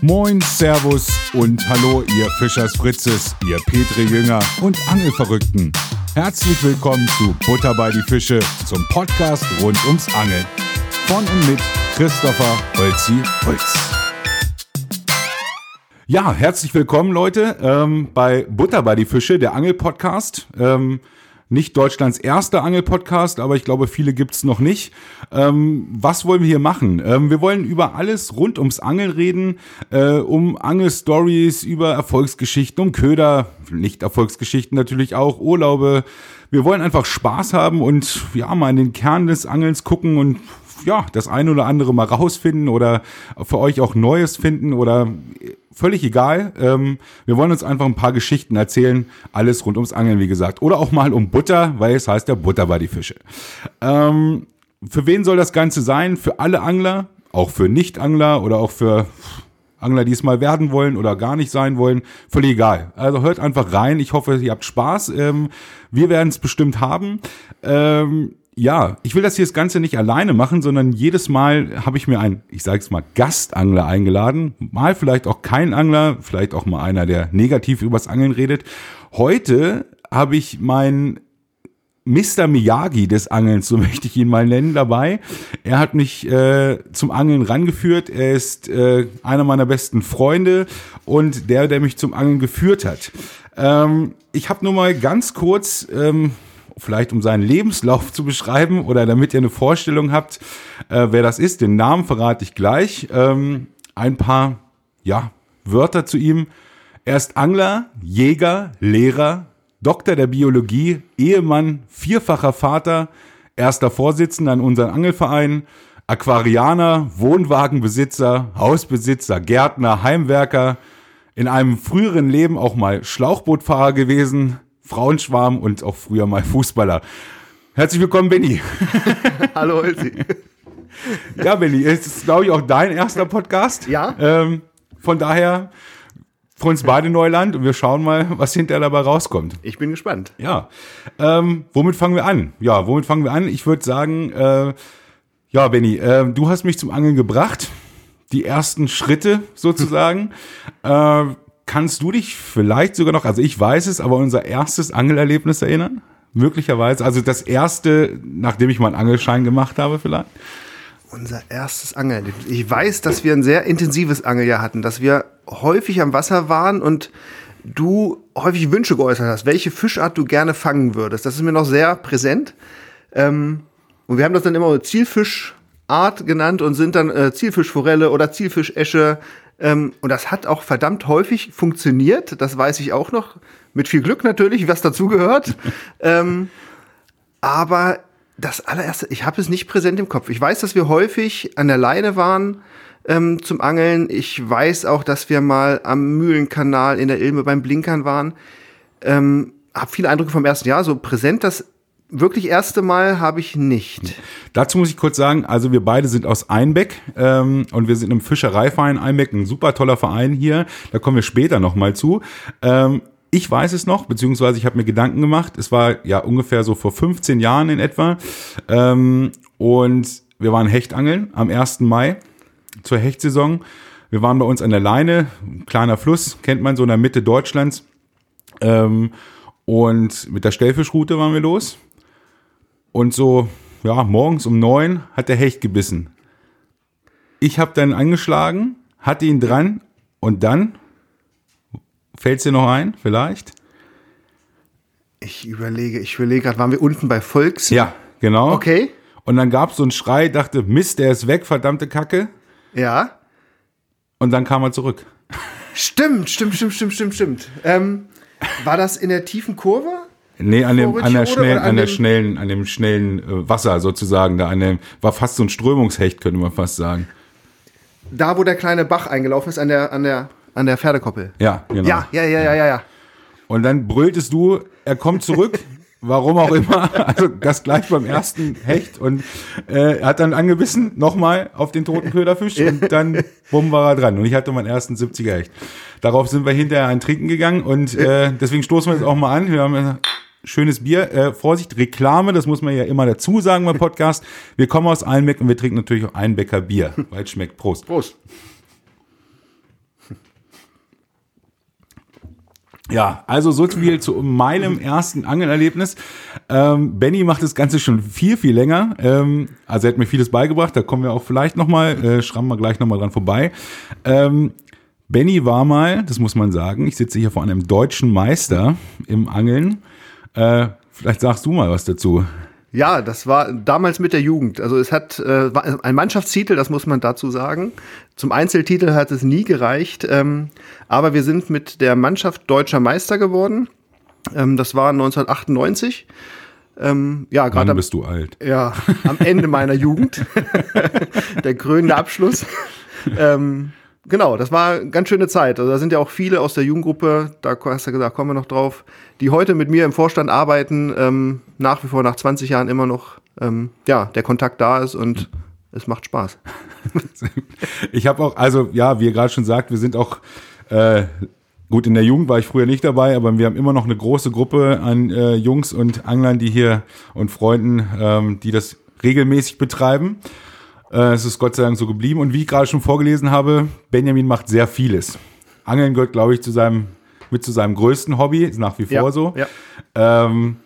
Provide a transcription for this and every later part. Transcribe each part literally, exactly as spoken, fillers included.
Moin, Servus und hallo, ihr Fischers Fritzes, ihr Petri-Jünger und Angelverrückten. Herzlich willkommen zu Butter bei die Fische, zum Podcast rund ums Angeln. Von und mit Christopher Holzi Holz. Ja, herzlich willkommen, Leute, ähm, bei Butter bei die Fische, der Angel-Podcast. Ähm, nicht Deutschlands erster Angel-Podcast, aber ich glaube, viele gibt's noch nicht. Ähm, was wollen wir hier machen? Ähm, wir wollen über alles rund ums Angeln reden, äh, um Angel-Stories, über Erfolgsgeschichten, um Köder, nicht Erfolgsgeschichten natürlich auch, Urlaube. Wir wollen einfach Spaß haben und ja mal in den Kern des Angelns gucken und ja, das eine oder andere mal rausfinden oder für euch auch Neues finden oder völlig egal. Ähm, wir wollen uns einfach ein paar Geschichten erzählen. Alles rund ums Angeln, wie gesagt. Oder auch mal um Butter, weil es heißt ja Butter bei die Fische. Ähm, für wen soll das Ganze sein? Für alle Angler, auch für Nicht-Angler oder auch für Angler, die es mal werden wollen oder gar nicht sein wollen. Völlig egal. Also hört einfach rein. Ich hoffe, ihr habt Spaß. Ähm, wir werden es bestimmt haben. Ähm, Ja, ich will das hier das Ganze nicht alleine machen, sondern jedes Mal habe ich mir einen, ich sage es mal, Gastangler eingeladen. Mal vielleicht auch kein Angler, vielleicht auch mal einer, der negativ übers Angeln redet. Heute habe ich meinen Mister Miyagi des Angelns, so möchte ich ihn mal nennen, dabei. Er hat mich äh, zum Angeln rangeführt. Er ist äh, einer meiner besten Freunde und der, der mich zum Angeln geführt hat. Ähm, ich habe nur mal ganz kurz... Ähm, vielleicht um seinen Lebenslauf zu beschreiben oder damit ihr eine Vorstellung habt, äh, wer das ist. Den Namen verrate ich gleich. Ähm, ein paar ja, Wörter zu ihm. Er ist Angler, Jäger, Lehrer, Doktor der Biologie, Ehemann, vierfacher Vater, erster Vorsitzender in unserem Angelverein, Aquarianer, Wohnwagenbesitzer, Hausbesitzer, Gärtner, Heimwerker, in einem früheren Leben auch mal Schlauchbootfahrer gewesen, Frauenschwarm und auch früher mal Fußballer. Herzlich willkommen, Benni. Hallo, Holzi. Ja, Benni, es ist, glaube ich, auch dein erster Podcast. Ja. Ähm, von daher für uns beide Neuland und wir schauen mal, was hinterher dabei rauskommt. Ich bin gespannt. Ja. Ähm, womit fangen wir an? Ja, womit fangen wir an? Ich würde sagen, äh, ja, Benni, äh, du hast mich zum Angeln gebracht. Die ersten Schritte sozusagen. äh, Kannst du dich vielleicht sogar noch, also ich weiß es, aber unser erstes Angelerlebnis erinnern? Möglicherweise, also das erste, nachdem ich mal einen Angelschein gemacht habe vielleicht? Unser erstes Angelerlebnis. Ich weiß, dass wir ein sehr intensives Angeljahr hatten, dass wir häufig am Wasser waren und du häufig Wünsche geäußert hast, welche Fischart du gerne fangen würdest. Das ist mir noch sehr präsent. Ähm, und wir haben das dann immer Zielfischart genannt und sind dann äh, Zielfischforelle oder Zielfischesche. Ähm, und das hat auch verdammt häufig funktioniert, das weiß ich auch noch, mit viel Glück natürlich, was dazugehört. ähm, aber das allererste, ich habe es nicht präsent im Kopf. Ich weiß, dass wir häufig an der Leine waren ähm, zum Angeln. Ich weiß auch, dass wir mal am Mühlenkanal in der Ilme beim Blinkern waren. Ähm, habe viele Eindrücke vom ersten Jahr, so präsent das wirklich erste Mal habe ich nicht. Dazu muss ich kurz sagen, also wir beide sind aus Einbeck ähm, und wir sind im Fischereiverein Einbeck, ein super toller Verein hier, da kommen wir später nochmal zu. Ähm, ich weiß es noch, beziehungsweise ich habe mir Gedanken gemacht, es war ja ungefähr so vor fünfzehn Jahren in etwa ähm, und wir waren Hechtangeln am ersten Mai zur Hechtsaison. Wir waren bei uns an der Leine, ein kleiner Fluss, kennt man so in der Mitte Deutschlands ähm, und mit der Stellfischrute waren wir los. Und so, ja, morgens um neun hat der Hecht gebissen. Ich habe dann angeschlagen, hatte ihn dran und dann, fällt's dir noch ein, vielleicht? Ich überlege, ich überlege gerade, waren wir unten bei Volks? Ja, genau. Okay. Und dann gab's so einen Schrei, dachte, Mist, der ist weg, verdammte Kacke. Ja. Und dann kam er zurück. Stimmt, stimmt, stimmt, stimmt, stimmt, stimmt. Ähm, war das in der tiefen Kurve? Nee, an dem, an der schnellen, an an der dem schnellen, an dem schnellen äh, Wasser sozusagen, da an dem, war fast so ein Strömungshecht, könnte man fast sagen. Da, wo der kleine Bach eingelaufen ist, an der, an der, an der Pferdekoppel. Ja, genau. Ja, ja, ja, ja, ja, ja. Und dann brülltest du, er kommt zurück, warum auch immer, also das gleich beim ersten Hecht und äh, er hat dann angebissen, nochmal auf den toten Köderfisch und dann bumm war er dran und ich hatte meinen ersten siebziger Hecht. Darauf sind wir hinterher ein Trinken gegangen und äh, deswegen stoßen wir jetzt auch mal an, wir haben schönes Bier. Äh, Vorsicht, Reklame, das muss man ja immer dazu sagen beim Podcast. Wir kommen aus Einbeck und wir trinken natürlich auch Einbecker Bier, weil es schmeckt. Prost. Prost. Ja, also so viel zu meinem ersten Angelerlebnis. Ähm, Benny macht das Ganze schon viel, viel länger. Ähm, also er hat mir vieles beigebracht, da kommen wir auch vielleicht nochmal, äh, schrammen wir gleich nochmal dran vorbei. Ähm, Benny war mal, das muss man sagen, ich sitze hier vor einem deutschen Meister im Angeln. Äh, vielleicht sagst du mal was dazu. Ja, das war damals mit der Jugend. Also es hat äh, war ein Mannschaftstitel, das muss man dazu sagen. Zum Einzeltitel hat es nie gereicht, ähm, aber wir sind mit der Mannschaft deutscher Meister geworden. Ähm, das war neunzehnhundertachtundneunzig. Ähm, ja, gerade bist du alt. Ja, am Ende meiner Jugend. Der krönende Abschluss. ähm, Genau, das war eine ganz schöne Zeit. Also da sind ja auch viele aus der Jugendgruppe, da hast du gesagt, kommen wir noch drauf, die heute mit mir im Vorstand arbeiten, ähm, nach wie vor nach zwanzig Jahren immer noch, ähm, ja, der Kontakt da ist und es macht Spaß. Ich habe auch, also ja, wie ihr gerade schon sagt, wir sind auch, äh, gut, in der Jugend war ich früher nicht dabei, aber wir haben immer noch eine große Gruppe an äh, Jungs und Anglern, die hier und Freunden, ähm, die das regelmäßig betreiben. Es ist Gott sei Dank so geblieben. Und wie ich gerade schon vorgelesen habe, Benjamin macht sehr vieles. Angeln gehört, glaube ich, zu seinem, mit zu seinem größten Hobby, ist nach wie vor ja, so. Ja. Ähm,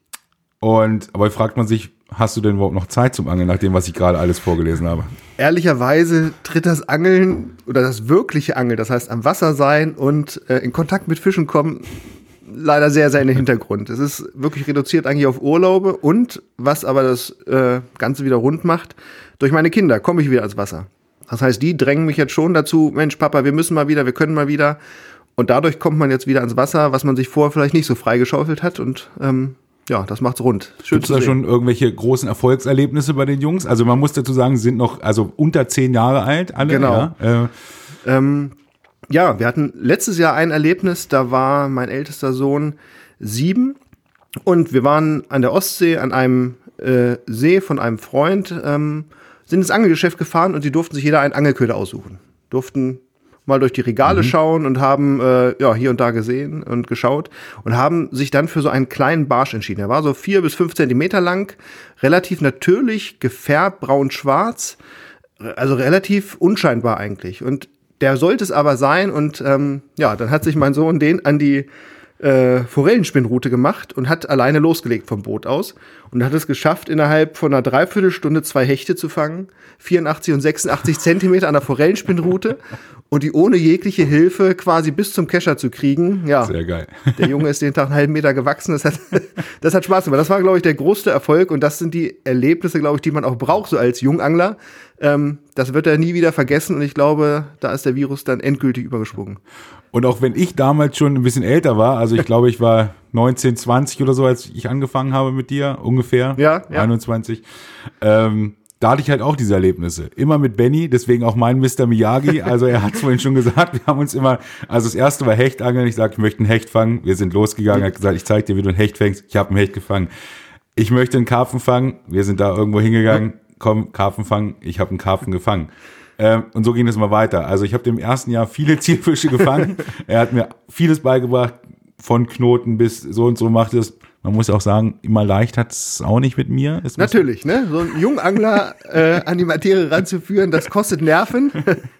und, aber fragt man sich, hast du denn überhaupt noch Zeit zum Angeln, nach dem, was ich gerade alles vorgelesen habe? Ehrlicherweise tritt das Angeln oder das wirkliche Angeln, das heißt am Wasser sein und äh, in Kontakt mit Fischen kommen, leider sehr, sehr in den Hintergrund. Es ist wirklich reduziert eigentlich auf Urlaube und, was aber das äh, Ganze wieder rund macht, durch meine Kinder komme ich wieder ans Wasser. Das heißt, die drängen mich jetzt schon dazu, Mensch, Papa, wir müssen mal wieder, wir können mal wieder. Und dadurch kommt man jetzt wieder ans Wasser, was man sich vorher vielleicht nicht so freigeschaufelt hat. Und ähm, ja, das macht's rund. Gibt es da schon irgendwelche großen Erfolgserlebnisse bei den Jungs? Also man muss dazu sagen, sie sind noch also unter zehn Jahre alt, alle. Genau. Ja, äh. ähm, ja, wir hatten letztes Jahr ein Erlebnis, da war mein ältester Sohn sieben und wir waren an der Ostsee an einem äh, See von einem Freund, ähm, sind ins Angelgeschäft gefahren und die durften sich jeder einen Angelköder aussuchen. Durften mal durch die Regale mhm. schauen und haben äh, ja hier und da gesehen und geschaut und haben sich dann für so einen kleinen Barsch entschieden. Er war so vier bis fünf Zentimeter lang, relativ natürlich gefärbt, braun-schwarz, also relativ unscheinbar eigentlich. Und der sollte es aber sein und ähm, ja, dann hat sich mein Sohn den an die äh, Forellenspinnroute gemacht und hat alleine losgelegt vom Boot aus und hat es geschafft, innerhalb von einer Dreiviertelstunde zwei Hechte zu fangen, vierundachtzig und sechsundachtzig Zentimeter an der Forellenspinnroute und die ohne jegliche Hilfe quasi bis zum Kescher zu kriegen. Ja, sehr geil. Der Junge ist den Tag einen halben Meter gewachsen, das hat, das hat Spaß gemacht. Das war, glaube ich, der größte Erfolg und das sind die Erlebnisse, glaube ich, die man auch braucht, so als Jungangler. Ähm, das wird er nie wieder vergessen und ich glaube, da ist der Virus dann endgültig übergesprungen. Und auch wenn ich damals schon ein bisschen älter war, also ich glaube, ich war neunzehn, zwanzig oder so, als ich angefangen habe mit dir, ungefähr, ja, ja. einundzwanzig, ähm, da hatte ich halt auch diese Erlebnisse. Immer mit Benny, deswegen auch mein Mister Miyagi. Also er hat es vorhin schon gesagt, wir haben uns immer, also das erste war Hechtangeln. Ich sagte, ich möchte einen Hecht fangen. Wir sind losgegangen, er hat gesagt, ich zeig dir, wie du einen Hecht fängst. Ich habe einen Hecht gefangen. Ich möchte einen Karpfen fangen. Wir sind da irgendwo hingegangen. Komm, Karpfen fangen. Ich habe einen Karpfen gefangen. Ähm, und so ging es mal weiter. Also ich habe im ersten Jahr viele Zielfische gefangen. Er hat mir vieles beigebracht, von Knoten bis so und so macht es. Man muss auch sagen, immer leicht hat es auch nicht mit mir. Es Natürlich, ne? So einen Jungangler äh, an die Materie ranzuführen, das kostet Nerven.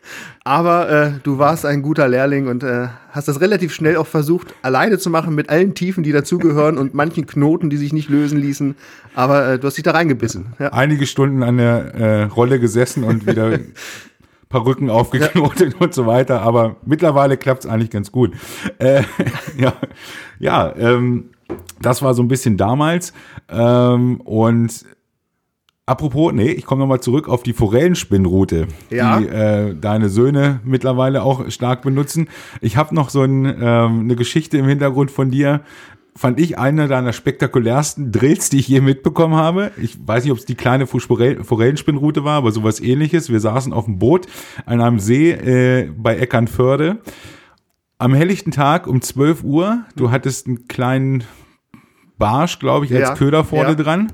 Aber äh, du warst ein guter Lehrling und äh, hast das relativ schnell auch versucht, alleine zu machen mit allen Tiefen, die dazugehören und manchen Knoten, die sich nicht lösen ließen. Aber äh, du hast dich da reingebissen. Ja. Einige Stunden an der äh, Rolle gesessen und wieder Perücken aufgeknotet ja. und so weiter. Aber mittlerweile klappt es eigentlich ganz gut. Äh, ja, ja ähm, das war so ein bisschen damals. Ähm, und apropos, nee, ich komme nochmal zurück auf die Forellenspinnroute, ja. die äh, deine Söhne mittlerweile auch stark benutzen. Ich habe noch so ein, ähm, eine Geschichte im Hintergrund von dir. Fand ich eine deiner spektakulärsten Drills, die ich je mitbekommen habe. Ich weiß nicht, ob es die kleine Forellenspinnroute war, aber sowas ähnliches. Wir saßen auf dem Boot an einem See äh, bei Eckernförde. Am helllichten Tag um zwölf Uhr. Du hattest einen kleinen Barsch, glaube ich, als ja, Köder vorne ja. dran.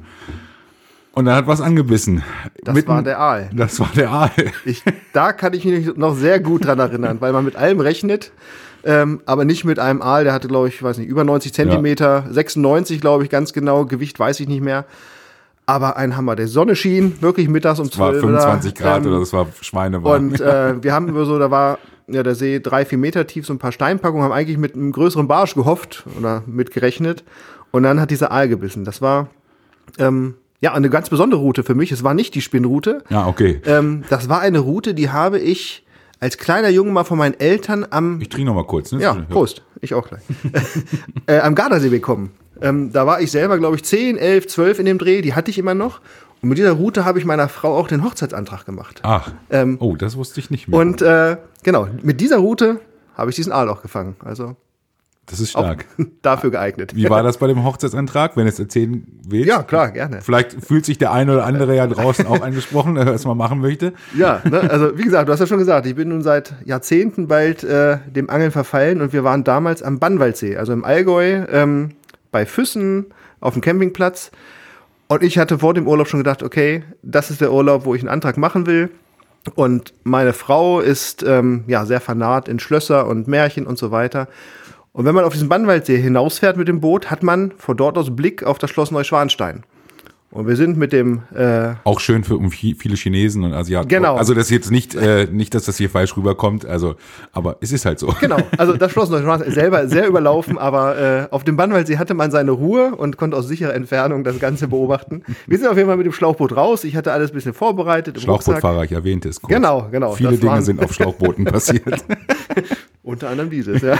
Und da hat was angebissen. Das Mitten, war der Aal. Das war der Aal. Ich, da kann ich mich noch sehr gut dran erinnern, weil man mit allem rechnet, ähm, aber nicht mit einem Aal. Der hatte, glaube ich, weiß nicht, über neunzig Zentimeter, ja. sechsundneunzig, glaube ich, ganz genau. Gewicht weiß ich nicht mehr. Aber ein Hammer. Der Sonne schien, wirklich mittags um zwölf. Es war fünfundzwanzig oder, Grad ähm, oder das war Schweinewarm. Und äh, wir haben über so, da war ja der See drei, vier Meter tief, so ein paar Steinpackungen, haben eigentlich mit einem größeren Barsch gehofft oder mitgerechnet. Und dann hat dieser Aal gebissen. Das war ähm, ja eine ganz besondere Route für mich. Es war nicht die Spinnroute. Ja, okay. Ähm, das war eine Route, die habe ich als kleiner Junge mal von meinen Eltern am... Ich trinke noch mal kurz. Ne? Ja, Prost. Ich auch gleich. äh, am Gardasee bekommen. Ähm, da war ich selber, glaube ich, zehn, elf, zwölf in dem Dreh. Die hatte ich immer noch. Und mit dieser Route habe ich meiner Frau auch den Hochzeitsantrag gemacht. Ach, ähm, oh, das wusste ich nicht mehr. Und äh, genau, mit dieser Route habe ich diesen Aal auch gefangen. Also das ist stark. Dafür geeignet. Wie war das bei dem Hochzeitsantrag, wenn du es erzählen willst? Ja, klar, gerne. Vielleicht fühlt sich der eine oder andere ja draußen auch angesprochen, dass er es mal machen möchte. Ja, ne, also wie gesagt, du hast ja schon gesagt, ich bin nun seit Jahrzehnten bald äh, dem Angeln verfallen und wir waren damals am Bannwaldsee, also im Allgäu, ähm, bei Füssen auf dem Campingplatz. Und ich hatte vor dem Urlaub schon gedacht, okay, das ist der Urlaub, wo ich einen Antrag machen will. Und meine Frau ist ähm, ja sehr fanat in Schlösser und Märchen und so weiter. Und wenn man auf diesen Bannwaldsee hinausfährt mit dem Boot, hat man von dort aus Blick auf das Schloss Neuschwanstein. Und wir sind mit dem... Äh auch schön für um viele Chinesen und Asiaten. Genau. Also das ist jetzt nicht, äh, nicht, dass das hier falsch rüberkommt, also, aber es ist halt so. Genau, also das Schloss Neuschwanstein ist selber sehr überlaufen, aber äh, auf dem Bannwaldsee hatte man seine Ruhe und konnte aus sicherer Entfernung das Ganze beobachten. Wir sind auf jeden Fall mit dem Schlauchboot raus. Ich hatte alles ein bisschen vorbereitet. Im Schlauchbootfahrer, ich erwähnte es kurz. Genau, genau. Viele das Dinge waren sind auf Schlauchbooten passiert. Unter anderem dieses, ja.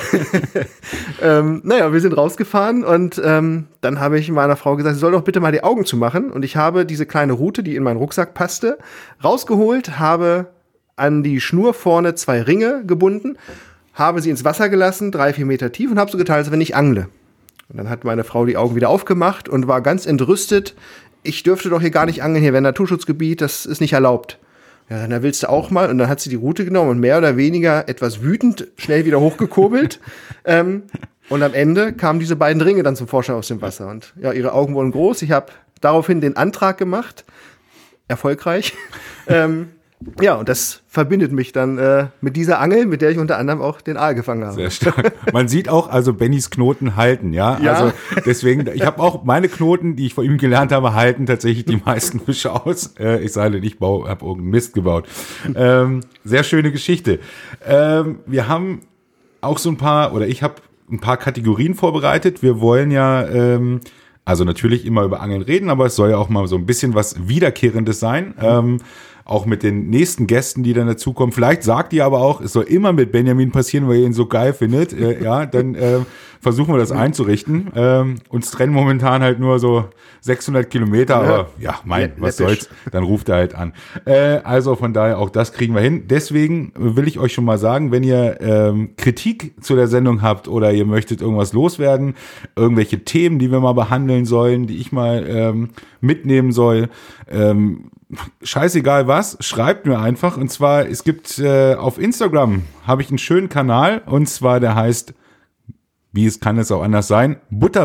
ähm, naja, wir sind rausgefahren und ähm, dann habe ich meiner Frau gesagt, sie soll doch bitte mal die Augen zumachen. Und ich habe diese kleine Route, die in meinen Rucksack passte, rausgeholt, habe an die Schnur vorne zwei Ringe gebunden, habe sie ins Wasser gelassen, drei, vier Meter tief und habe so getan, als wenn ich angle. Und dann hat meine Frau die Augen wieder aufgemacht und war ganz entrüstet. Ich dürfte doch hier gar nicht angeln, hier wäre Naturschutzgebiet, das ist nicht erlaubt. Ja, dann willst du auch mal. Und dann hat sie die Route genommen und mehr oder weniger etwas wütend schnell wieder hochgekurbelt. ähm, und am Ende kamen diese beiden Ringe dann zum Vorschein aus dem Wasser. Und ja, ihre Augen wurden groß. Ich habe daraufhin den Antrag gemacht. Erfolgreich. ähm, ja, und das verbindet mich dann äh, mit dieser Angel, mit der ich unter anderem auch den Aal gefangen habe. Sehr stark. Man sieht auch, also Bennys Knoten halten, ja. Ja. Also deswegen, ich habe auch meine Knoten, die ich von ihm gelernt habe, halten tatsächlich die meisten Fische aus. Äh, ich sage, ich baue, habe irgendeinen Mist gebaut. Ähm, sehr schöne Geschichte. Ähm, wir haben auch so ein paar, oder ich habe ein paar Kategorien vorbereitet. Wir wollen ja, ähm, also natürlich immer über Angeln reden, aber es soll ja auch mal so ein bisschen was Wiederkehrendes sein. Ähm, auch mit den nächsten Gästen, die dann dazukommen. Vielleicht sagt ihr aber auch, es soll immer mit Benjamin passieren, weil ihr ihn so geil findet. Äh, ja, dann äh, versuchen wir das einzurichten. Ähm, uns trennen momentan halt nur so sechshundert Kilometer, aber ja, mein, was soll's, dann ruft er halt an. Äh, also von daher, auch das kriegen wir hin. Deswegen will ich euch schon mal sagen, wenn ihr ähm, Kritik zu der Sendung habt oder ihr möchtet irgendwas loswerden, irgendwelche Themen, die wir mal behandeln sollen, die ich mal ähm, mitnehmen soll, ähm, scheißegal was, schreibt mir einfach. Und zwar, es gibt äh, auf Instagram, habe ich einen schönen Kanal, und zwar der heißt, wie es kann es auch anders sein,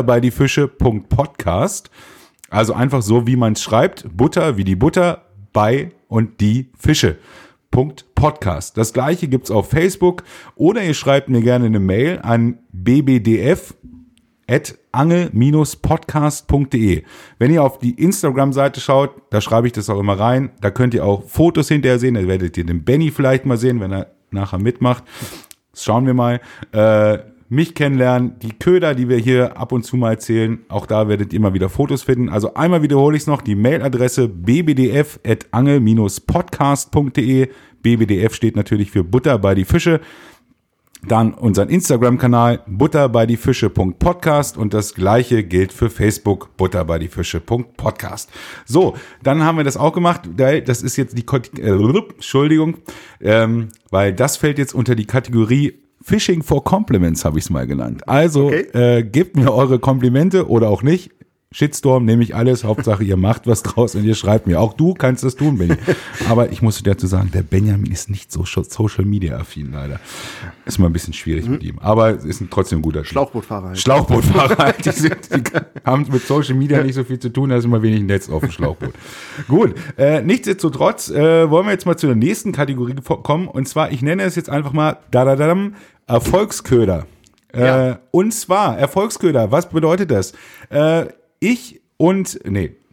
butterbeidifische.podcast. Also einfach so, wie man es schreibt, Butter wie die Butter, bei und die Fische. Punkt Podcast. Das gleiche gibt's auf Facebook, oder ihr schreibt mir gerne eine Mail an b b d f at angel Bindestrich podcast punkt de. Wenn ihr auf die Instagram-Seite schaut, da schreibe ich das auch immer rein. Da könnt ihr auch Fotos hinterher sehen. Da werdet ihr den Benny vielleicht mal sehen, wenn er nachher mitmacht. Schauen wir mal. Äh, mich kennenlernen, die Köder, die wir hier ab und zu mal erzählen. Auch da werdet ihr immer wieder Fotos finden. Also einmal wiederhole ich es noch, die Mailadresse b b d f at angel Bindestrich podcast punkt de. B B D F steht natürlich für Butter bei die Fische. Dann unseren Instagram-Kanal butterbeidifische.podcast, und das gleiche gilt für Facebook, butterbeidifische.podcast. So, dann haben wir das auch gemacht. Das ist jetzt die, äh, Entschuldigung, ähm, weil das fällt jetzt unter die Kategorie Fishing for Compliments, habe ich es mal genannt. Also, okay. äh, gebt mir eure Komplimente oder auch nicht. Shitstorm nehme ich alles, Hauptsache ihr macht was draus und ihr schreibt mir. Auch du kannst das tun, Benny. Aber ich muss dazu sagen, der Benjamin ist nicht so Social Media affin, leider. Ist mal ein bisschen schwierig mhm. mit ihm. Aber ist ein trotzdem ein guter Schlauchbootfahrer halt. Schlauchbootfahrer halt. Die, sind, die haben mit Social Media nicht so viel zu tun, da ist immer wenig Netz auf dem Schlauchboot. Gut, äh, nichtsdestotrotz äh, wollen wir jetzt mal zu der nächsten Kategorie kommen. Und zwar, ich nenne es jetzt einfach mal dadadadam, Erfolgsköder. Äh, ja. Und zwar, Erfolgsköder, was bedeutet das? Äh, Ich und, nee,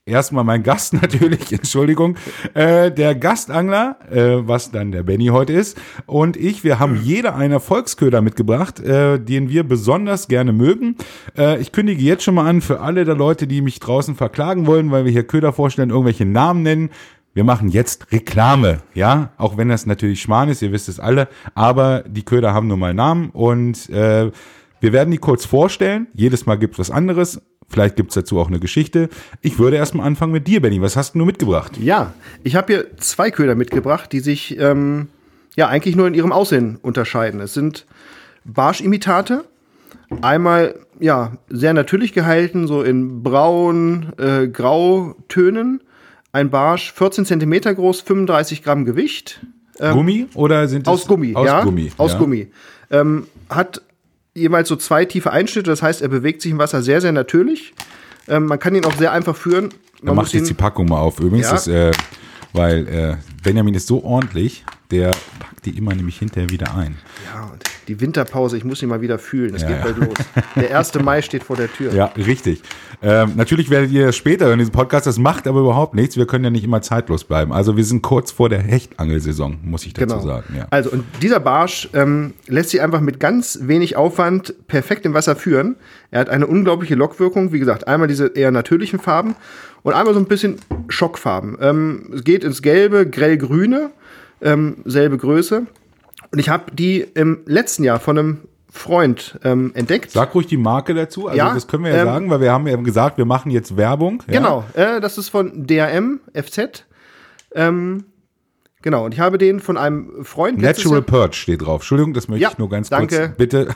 erstmal mein Gast natürlich, Entschuldigung, äh, der Gastangler, äh, was dann der Benny heute ist, und ich, wir haben jeder einen Erfolgsköder mitgebracht, äh, den wir besonders gerne mögen. Äh, ich kündige jetzt schon mal an, für alle der Leute, die mich draußen verklagen wollen, weil wir hier Köder vorstellen, irgendwelche Namen nennen. Wir machen jetzt Reklame, ja, auch wenn das natürlich Schmarrn ist, ihr wisst es alle, aber die Köder haben nun mal Namen und äh, wir werden die kurz vorstellen. Jedes Mal gibt es was anderes. Vielleicht gibt es dazu auch eine Geschichte. Ich würde erstmal anfangen mit dir, Benny. Was hast du mitgebracht? Ja, ich habe hier zwei Köder mitgebracht, die sich ähm, ja eigentlich nur in ihrem Aussehen unterscheiden. Es sind Barschimitate. Einmal ja sehr natürlich gehalten, so in braun, äh, Grautönen. Ein Barsch, vierzehn Zentimeter groß, fünfunddreißig Gramm Gewicht. Ähm, Gummi oder sind es? Aus Gummi, aus ja. Gummi, aus ja. Gummi. Ähm, hat jeweils so zwei tiefe Einschnitte, das heißt, er bewegt sich im Wasser sehr, sehr natürlich. Ähm, man kann ihn auch sehr einfach führen. Man macht jetzt die Packung mal auf. Übrigens, ja. das, äh, weil äh, Benjamin ist so ordentlich, der packt die immer nämlich hinterher wieder ein. Ja, und die Winterpause, ich muss ihn mal wieder fühlen. Es ja, geht ja. bald los. Der erste Mai steht vor der Tür. Ja, richtig. Ähm, natürlich werdet ihr das später in diesem Podcast, das macht aber überhaupt nichts. Wir können ja nicht immer zeitlos bleiben. Also wir sind kurz vor der Hechtangelsaison, muss ich dazu genau. sagen. Ja. Also und dieser Barsch ähm, lässt sich einfach mit ganz wenig Aufwand perfekt im Wasser führen. Er hat eine unglaubliche Lockwirkung. Wie gesagt, einmal diese eher natürlichen Farben und einmal so ein bisschen Schockfarben. Ähm, es geht ins Gelbe, grellgrüne, ähm, selbe Größe. Und ich habe die im letzten Jahr von einem Freund ähm, entdeckt. Sag ruhig die Marke dazu, also ja, das können wir ja ähm, sagen, weil wir haben ja gesagt, wir machen jetzt Werbung. Ja? Genau, äh, das ist von D R M F Z. Ähm, genau, und ich habe den von einem Freund. Natural Perch steht drauf. Entschuldigung, das möchte ja, ich nur ganz danke. kurz. Bitte.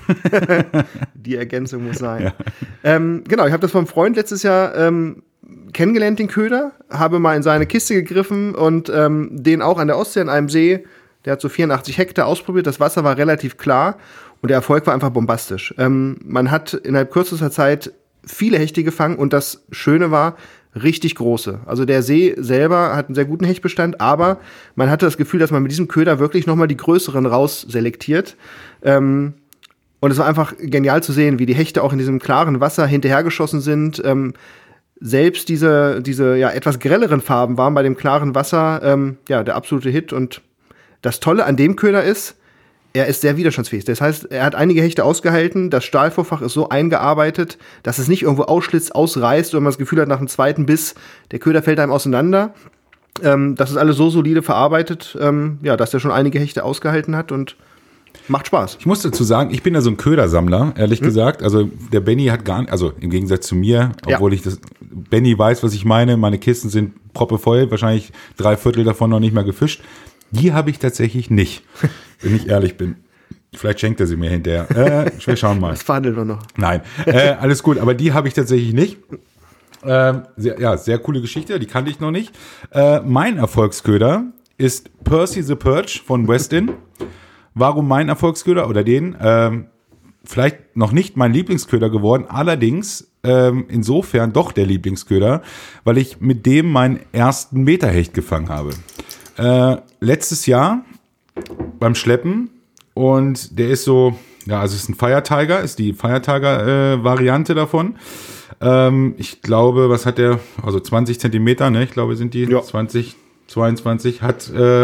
Die Ergänzung muss sein. Ja. Ähm, genau, ich habe das vom Freund letztes Jahr ähm, kennengelernt, den Köder, habe mal in seine Kiste gegriffen und ähm, den auch an der Ostsee an einem See, der hat so vierundachtzig Hektar ausprobiert, das Wasser war relativ klar und der Erfolg war einfach bombastisch. Ähm, man hat innerhalb kürzester Zeit viele Hechte gefangen und das Schöne war, richtig große. Also der See selber hat einen sehr guten Hechtbestand, aber man hatte das Gefühl, dass man mit diesem Köder wirklich nochmal die größeren rausselektiert. Ähm, und es war einfach genial zu sehen, wie die Hechte auch in diesem klaren Wasser hinterhergeschossen sind. Ähm, selbst diese, diese ja, etwas grelleren Farben waren bei dem klaren Wasser ähm, ja, der absolute Hit. Und das Tolle an dem Köder ist, er ist sehr widerstandsfähig. Das heißt, er hat einige Hechte ausgehalten. Das Stahlvorfach ist so eingearbeitet, dass es nicht irgendwo ausschlitzt, ausreißt oder man das Gefühl hat, nach dem zweiten Biss, der Köder fällt einem auseinander. Ähm, das ist alles so solide verarbeitet, ähm, ja, dass der schon einige Hechte ausgehalten hat und macht Spaß. Ich muss dazu sagen, ich bin ja so ein Ködersammler, ehrlich hm. gesagt. Also der Benny hat gar nicht, also im Gegensatz zu mir, obwohl ja. ich das, Benny weiß, was ich meine. Meine Kisten sind proppevoll, wahrscheinlich drei Viertel davon noch nicht mal gefischt. Die habe ich tatsächlich nicht, wenn ich ehrlich bin. Vielleicht schenkt er sie mir hinterher. Äh, wir schauen mal. Das verhandeln wir noch. Nein, äh, alles gut, aber die habe ich tatsächlich nicht. Ähm, sehr, ja, sehr coole Geschichte, die kannte ich noch nicht. Äh, mein Erfolgsköder ist Percy the Perch von Westin. Warum mein Erfolgsköder oder den? Ähm, vielleicht noch nicht mein Lieblingsköder geworden, allerdings ähm, insofern doch der Lieblingsköder, weil ich mit dem meinen ersten Meterhecht gefangen habe. Äh, letztes Jahr beim Schleppen und der ist so, ja, also es ist ein Fire Tiger, ist die Fire Tiger äh, Variante davon. Ähm, ich glaube, was hat der, also zwanzig Zentimeter, ne, ich glaube sind die ja. zwanzig, zweiundzwanzig, hat äh,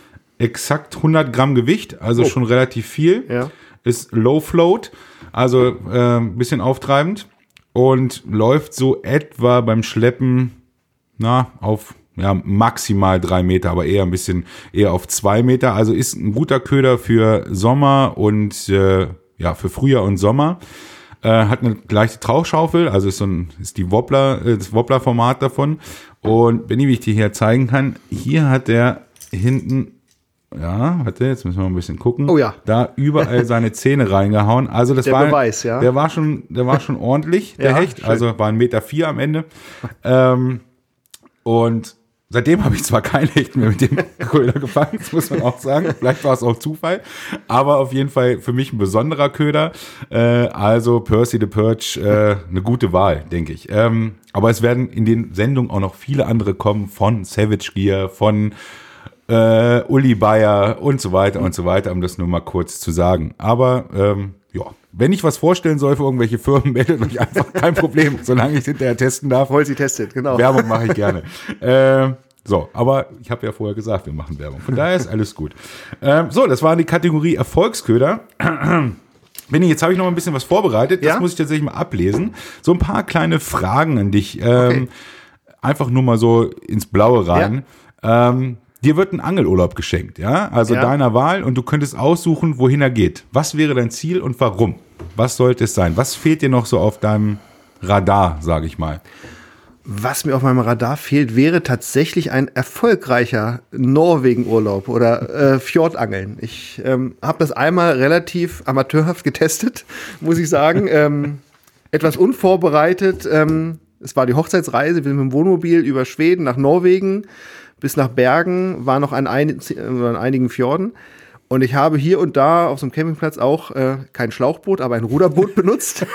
exakt hundert Gramm Gewicht, also oh. schon relativ viel. Ja. Ist Low Float, also äh, ein bisschen auftreibend und läuft so etwa beim Schleppen, na, auf ja, maximal drei Meter, aber eher ein bisschen eher auf zwei Meter. Also ist ein guter Köder für Sommer und äh, ja für Frühjahr und Sommer. Äh, hat eine leichte Tauchschaufel, also ist so ein ist die Wobbler äh, das Wobbler-Format davon. Und wenn ich mich dir hier zeigen kann, hier hat der hinten ja, warte, jetzt müssen wir mal ein bisschen gucken. Oh ja. Da überall seine Zähne reingehauen. Also das der war Beweis, ja. Der war schon, der war schon ordentlich, der ja, Hecht. Schön. Also war ein Meter vier am Ende. ähm, und seitdem habe ich zwar kein Hecht mehr mit dem Köder gefangen, das muss man auch sagen. Vielleicht war es auch Zufall. Aber auf jeden Fall für mich ein besonderer Köder. Äh, also Percy the Perch, äh, eine gute Wahl, denke ich. Ähm, aber es werden in den Sendungen auch noch viele andere kommen, von Savage Gear, von äh, Uli Bayer und so weiter und so weiter, um das nur mal kurz zu sagen. Aber ähm, ja, wenn ich was vorstellen soll für irgendwelche Firmen, meldet euch einfach, kein Problem, solange ich hinterher testen darf. Wollt sie testet, genau. Werbung mache ich gerne. äh, so, aber ich habe ja vorher gesagt, wir machen Werbung. Von daher ist alles gut. Ähm, so, das war die Kategorie Erfolgsköder. Benni, jetzt habe ich noch mal ein bisschen was vorbereitet. Das ja? muss ich tatsächlich mal ablesen. So ein paar kleine Fragen an dich. Ähm, okay. Einfach nur mal so ins Blaue rein. Ja. Ähm, dir wird ein Angelurlaub geschenkt, ja? Also ja. deiner Wahl, und du könntest aussuchen, wohin er geht. Was wäre dein Ziel und warum? Was sollte es sein? Was fehlt dir noch so auf deinem Radar, sage ich mal? Was mir auf meinem Radar fehlt, wäre tatsächlich ein erfolgreicher Norwegen-Urlaub oder äh, Fjordangeln. Ich ähm, habe das einmal relativ amateurhaft getestet, muss ich sagen. ähm, etwas unvorbereitet. Ähm, es war die Hochzeitsreise. Wir sind mit dem Wohnmobil über Schweden nach Norwegen bis nach Bergen, war noch an, ein, an einigen Fjorden. Und ich habe hier und da auf so einem Campingplatz auch äh, kein Schlauchboot, aber ein Ruderboot benutzt.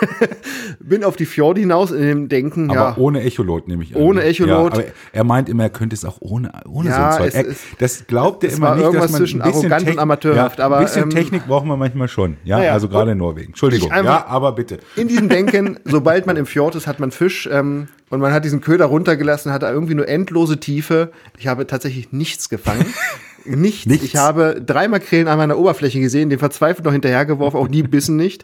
Bin auf die Fjorde hinaus in dem Denken, aber ja. ohne Echolot nehme ich an. Ohne Echolot. Ja, aber er meint immer, er könnte es auch ohne, ohne ja, so ein Zeug. Er, das glaubt er immer war nicht, irgendwas dass man zwischen ein bisschen arrogant Techn- und amateurhaft. Ja, aber, ein bisschen ähm, Technik brauchen wir manchmal schon. Ja, ja, also gerade in Norwegen. Entschuldigung. Ja, aber bitte. In diesem Denken, sobald man im Fjord ist, hat man Fisch. Ähm, und man hat diesen Köder runtergelassen, hat da irgendwie nur endlose Tiefe. Ich habe tatsächlich nichts gefangen. Nichts. nichts. Ich habe drei Makrelen an meiner Oberfläche gesehen, den verzweifelt noch hinterhergeworfen, auch die bissen nicht.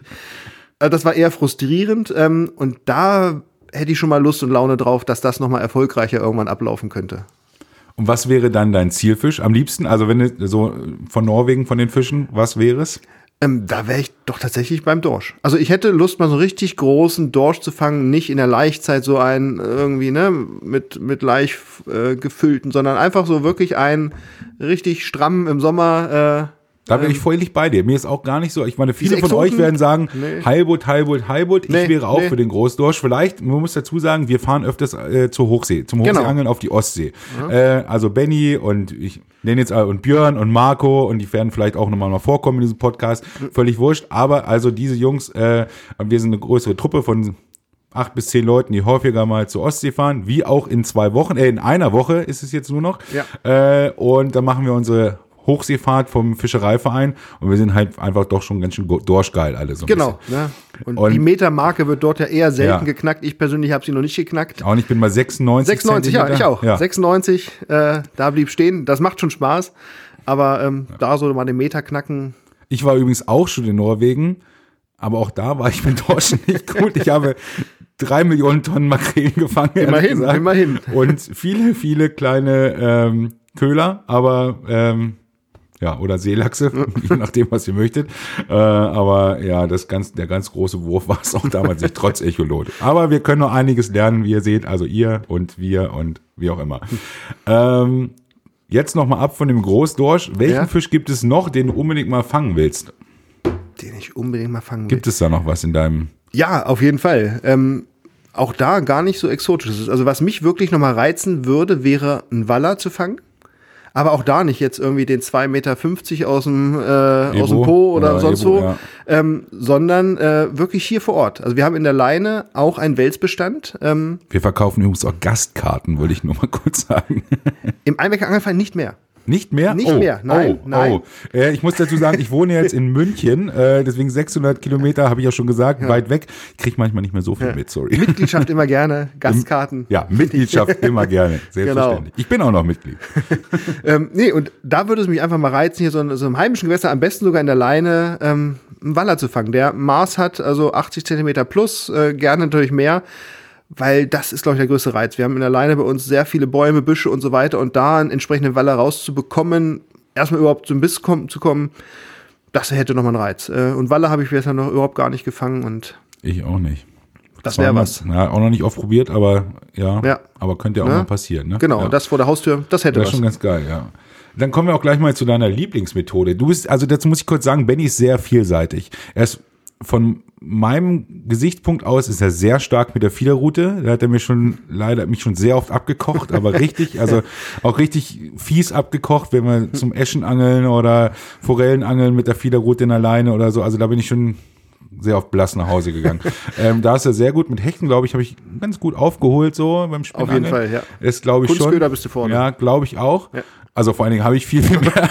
Das war eher frustrierend. Und da hätte ich schon mal Lust und Laune drauf, dass das nochmal erfolgreicher irgendwann ablaufen könnte. Und was wäre dann dein Zielfisch am liebsten? Also wenn du so von Norwegen, von den Fischen, was wäre es? Ähm, da wäre ich doch tatsächlich beim Dorsch. Also ich hätte Lust, mal so einen richtig großen Dorsch zu fangen, nicht in der Laichzeit so einen irgendwie, ne, mit, mit Laich äh, gefüllten, sondern einfach so wirklich einen richtig strammen im Sommer. Äh, Da bin ich völlig bei dir. Mir ist auch gar nicht so, ich meine, viele von Exoten? euch werden sagen, Nee. Heilbutt, Heilbutt, Heilbutt. Ich Nee, wäre auch nee. für den Großdorsch. Vielleicht, man muss dazu sagen, wir fahren öfters äh, zur Hochsee, zum Genau. Hochseeangeln auf die Ostsee. Äh, also Benny und ich nenne jetzt und Björn und Marco, und die werden vielleicht auch nochmal mal vorkommen in diesem Podcast. Völlig wurscht. Aber also diese Jungs, äh, wir sind eine größere Truppe von acht bis zehn Leuten, die häufiger mal zur Ostsee fahren, wie auch in zwei Wochen, äh, in einer Woche ist es jetzt nur noch. Ja. Äh, und dann machen wir unsere Hochseefahrt vom Fischereiverein, und wir sind halt einfach doch schon ganz schön dorschgeil alle so ein Genau. bisschen. Ne? Und, Und- die Metermarke wird dort ja eher selten Ja. geknackt. Ich persönlich habe sie noch nicht geknackt. Und ich bin mal sechsundneunzig sechsundneunzig, ja, Zentimeter. ich auch. Ja. sechsundneunzig, äh, da blieb stehen. Das macht schon Spaß. Aber ähm, ja. da so mal den Meter knacken. Ich war übrigens auch schon in Norwegen, aber auch da war ich mit Dorschen nicht gut. Ich habe drei Millionen Tonnen Makrelen gefangen. ehrlich Immerhin, gesagt. immerhin. Und viele, viele kleine ähm, Köhler, aber ähm, ja, oder Seelachse, je nachdem, was ihr möchtet. Äh, aber ja, das ganz, der ganz große Wurf war es auch damals nicht, trotz Echolot. Aber wir können noch einiges lernen, wie ihr seht, also ihr und wir und wie auch immer. Ähm, jetzt noch mal ab von dem Großdorsch. Welchen Ja? Fisch gibt es noch, den du unbedingt mal fangen willst? Den ich unbedingt mal fangen will. Gibt es da noch was in deinem... Ja, auf jeden Fall. Ähm, auch da gar nicht so exotisch. Also was mich wirklich noch mal reizen würde, wäre ein Waller zu fangen. Aber auch da nicht jetzt irgendwie den zwei Meter fünfzig aus dem, äh, aus dem Po oder, oder sonst Ebo, wo, ja. ähm, sondern äh, wirklich hier vor Ort. Also wir haben in der Leine auch einen Welsbestand. Ähm, Wir verkaufen übrigens auch Gastkarten, wollte ich nur mal kurz sagen. Im Einbecker Angelverein nicht mehr. Nicht mehr? Nicht oh, mehr, nein, oh, nein. Oh. Äh, ich muss dazu sagen, ich wohne jetzt in München, äh, deswegen sechshundert Kilometer, habe ich ja schon gesagt, Ja. weit weg. Ich kriege manchmal nicht mehr so viel Ja. mit, sorry. Mitgliedschaft immer gerne, Gastkarten. Ja, Mitgliedschaft immer gerne, selbstverständlich. Ich bin auch noch Mitglied. Ähm, nee, und da würde es mich einfach mal reizen, hier so in so einem heimischen Gewässer, am besten sogar in der Leine, ähm, einen Waller zu fangen, der Maß hat, also achtzig Zentimeter plus, äh, gerne natürlich mehr, weil das ist, glaube ich, der größte Reiz. Wir haben in der Leine bei uns sehr viele Bäume, Büsche und so weiter, und da einen entsprechenden Waller rauszubekommen, erstmal überhaupt zum Biss kommen, zu kommen, das hätte nochmal einen Reiz. Äh, und Waller habe ich bisher noch überhaupt gar nicht gefangen, und Ich auch nicht. das wäre was. Ja, auch noch nicht oft probiert, aber ja, Ja. aber könnte ja auch Ne? mal passieren. Ne? Genau, ja. das vor der Haustür, das hätte Das ist was. schon ganz geil, ja. Dann kommen wir auch gleich mal zu deiner Lieblingsmethode. Du bist, also dazu muss ich kurz sagen, Benny ist sehr vielseitig. Er ist von meinem Gesichtspunkt aus ist er sehr stark mit der Fiederrute. Da hat er mir schon leider mich schon sehr oft abgekocht, aber richtig, also auch richtig fies abgekocht, wenn wir zum Eschenangeln oder Forellenangeln mit der Fiederrute in der Leine oder so. Also da bin ich schon sehr oft blass nach Hause gegangen. ähm, da ist er sehr gut mit Hechten, glaube ich, habe ich ganz gut aufgeholt so beim Spielen. Auf jeden Fall, ja. Das glaube ich schon. Kunstköder bist du vorne. Ja, glaube ich auch. Ja. Also vor allen Dingen habe ich viel, viel mehr.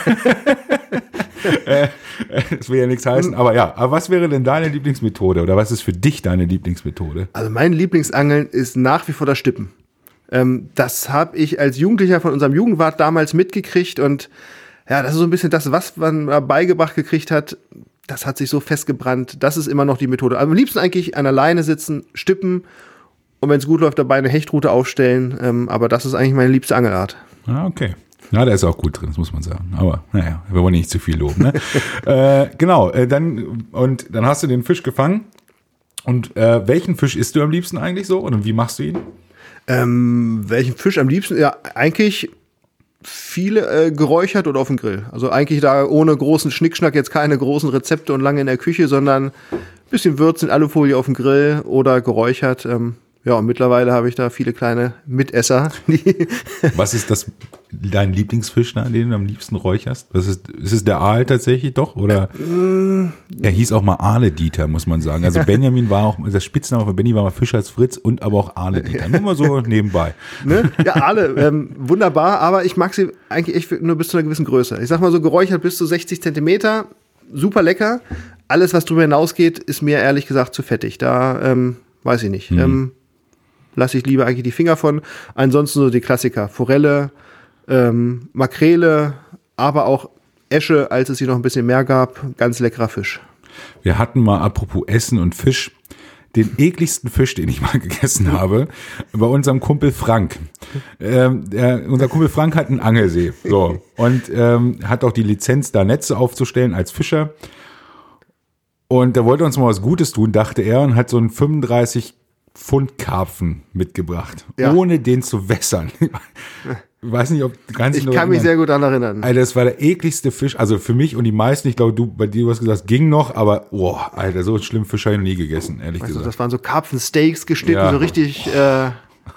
äh, das will ja nichts heißen, aber ja. Aber was wäre denn deine Lieblingsmethode oder was ist für dich deine Lieblingsmethode? Also mein Lieblingsangeln ist nach wie vor das Stippen. Ähm, das habe ich als Jugendlicher von unserem Jugendwart damals mitgekriegt und ja, das ist so ein bisschen das, was man beigebracht gekriegt hat. Das hat sich so festgebrannt. Das ist immer noch die Methode. Also am liebsten eigentlich an der Leine sitzen, stippen und wenn es gut läuft, dabei eine Hechtrute aufstellen. Ähm, aber das ist eigentlich meine liebste Angelart. Ah, okay. Ja, da ist auch gut drin, das muss man sagen. Aber naja, wir wollen nicht zu viel loben. Ne? äh, genau, äh, dann und dann hast du den Fisch gefangen. Und äh, welchen Fisch isst du am liebsten eigentlich so? Und wie machst du ihn? Ähm, welchen Fisch am liebsten? Ja, eigentlich viele äh, geräuchert oder auf dem Grill. Also eigentlich da ohne großen Schnickschnack, jetzt keine großen Rezepte und lange in der Küche, sondern ein bisschen Würzen, Alufolie auf dem Grill oder geräuchert. Ähm, ja, und mittlerweile habe ich da viele kleine Mitesser. Die Was ist das, dein Lieblingsfisch, den du am liebsten räucherst? Was ist, ist es der Aal tatsächlich doch? Oder? Er hieß auch mal Aale-Dieter, muss man sagen. Also Benjamin war auch, das Spitzname von Benny war mal Fischers Fritz und aber auch Aale-Dieter. Nur mal so nebenbei. Ne? Ja, Aale, ähm, wunderbar, aber ich mag sie eigentlich echt nur bis zu einer gewissen Größe. Ich sag mal so geräuchert bis zu sechzig Zentimeter, super lecker. Alles, was drüber hinausgeht, ist mir ehrlich gesagt zu fettig. Da, ähm, weiß ich nicht. Hm. Ähm, lasse ich lieber eigentlich die Finger von. Ansonsten so die Klassiker. Forelle, ähm, Makrele, aber auch Esche, als es hier noch ein bisschen mehr gab. Ganz leckerer Fisch. Wir hatten mal, apropos Essen und Fisch, den ekligsten Fisch, den ich mal gegessen habe, bei unserem Kumpel Frank. Ähm, der, unser Kumpel Frank hat einen Angelsee. So. Und ähm, hat auch die Lizenz, da Netze aufzustellen als Fischer. Und der wollte uns mal was Gutes tun, dachte er, und hat so einen fünfunddreißig Pfund Karpfen mitgebracht, ja. Ohne den zu wässern. Ich weiß nicht, ob du kannst Ich kann mich sehr gut daran erinnern. Alter, das war der ekligste Fisch, also für mich und die meisten, ich glaube, du, bei dir, du hast gesagt, ging noch, aber, boah, Alter, so einen schlimmen Fisch habe ich noch nie gegessen, ehrlich weißt gesagt. Du, das waren so Karpfensteaks geschnitten, ja. so richtig, äh, ja,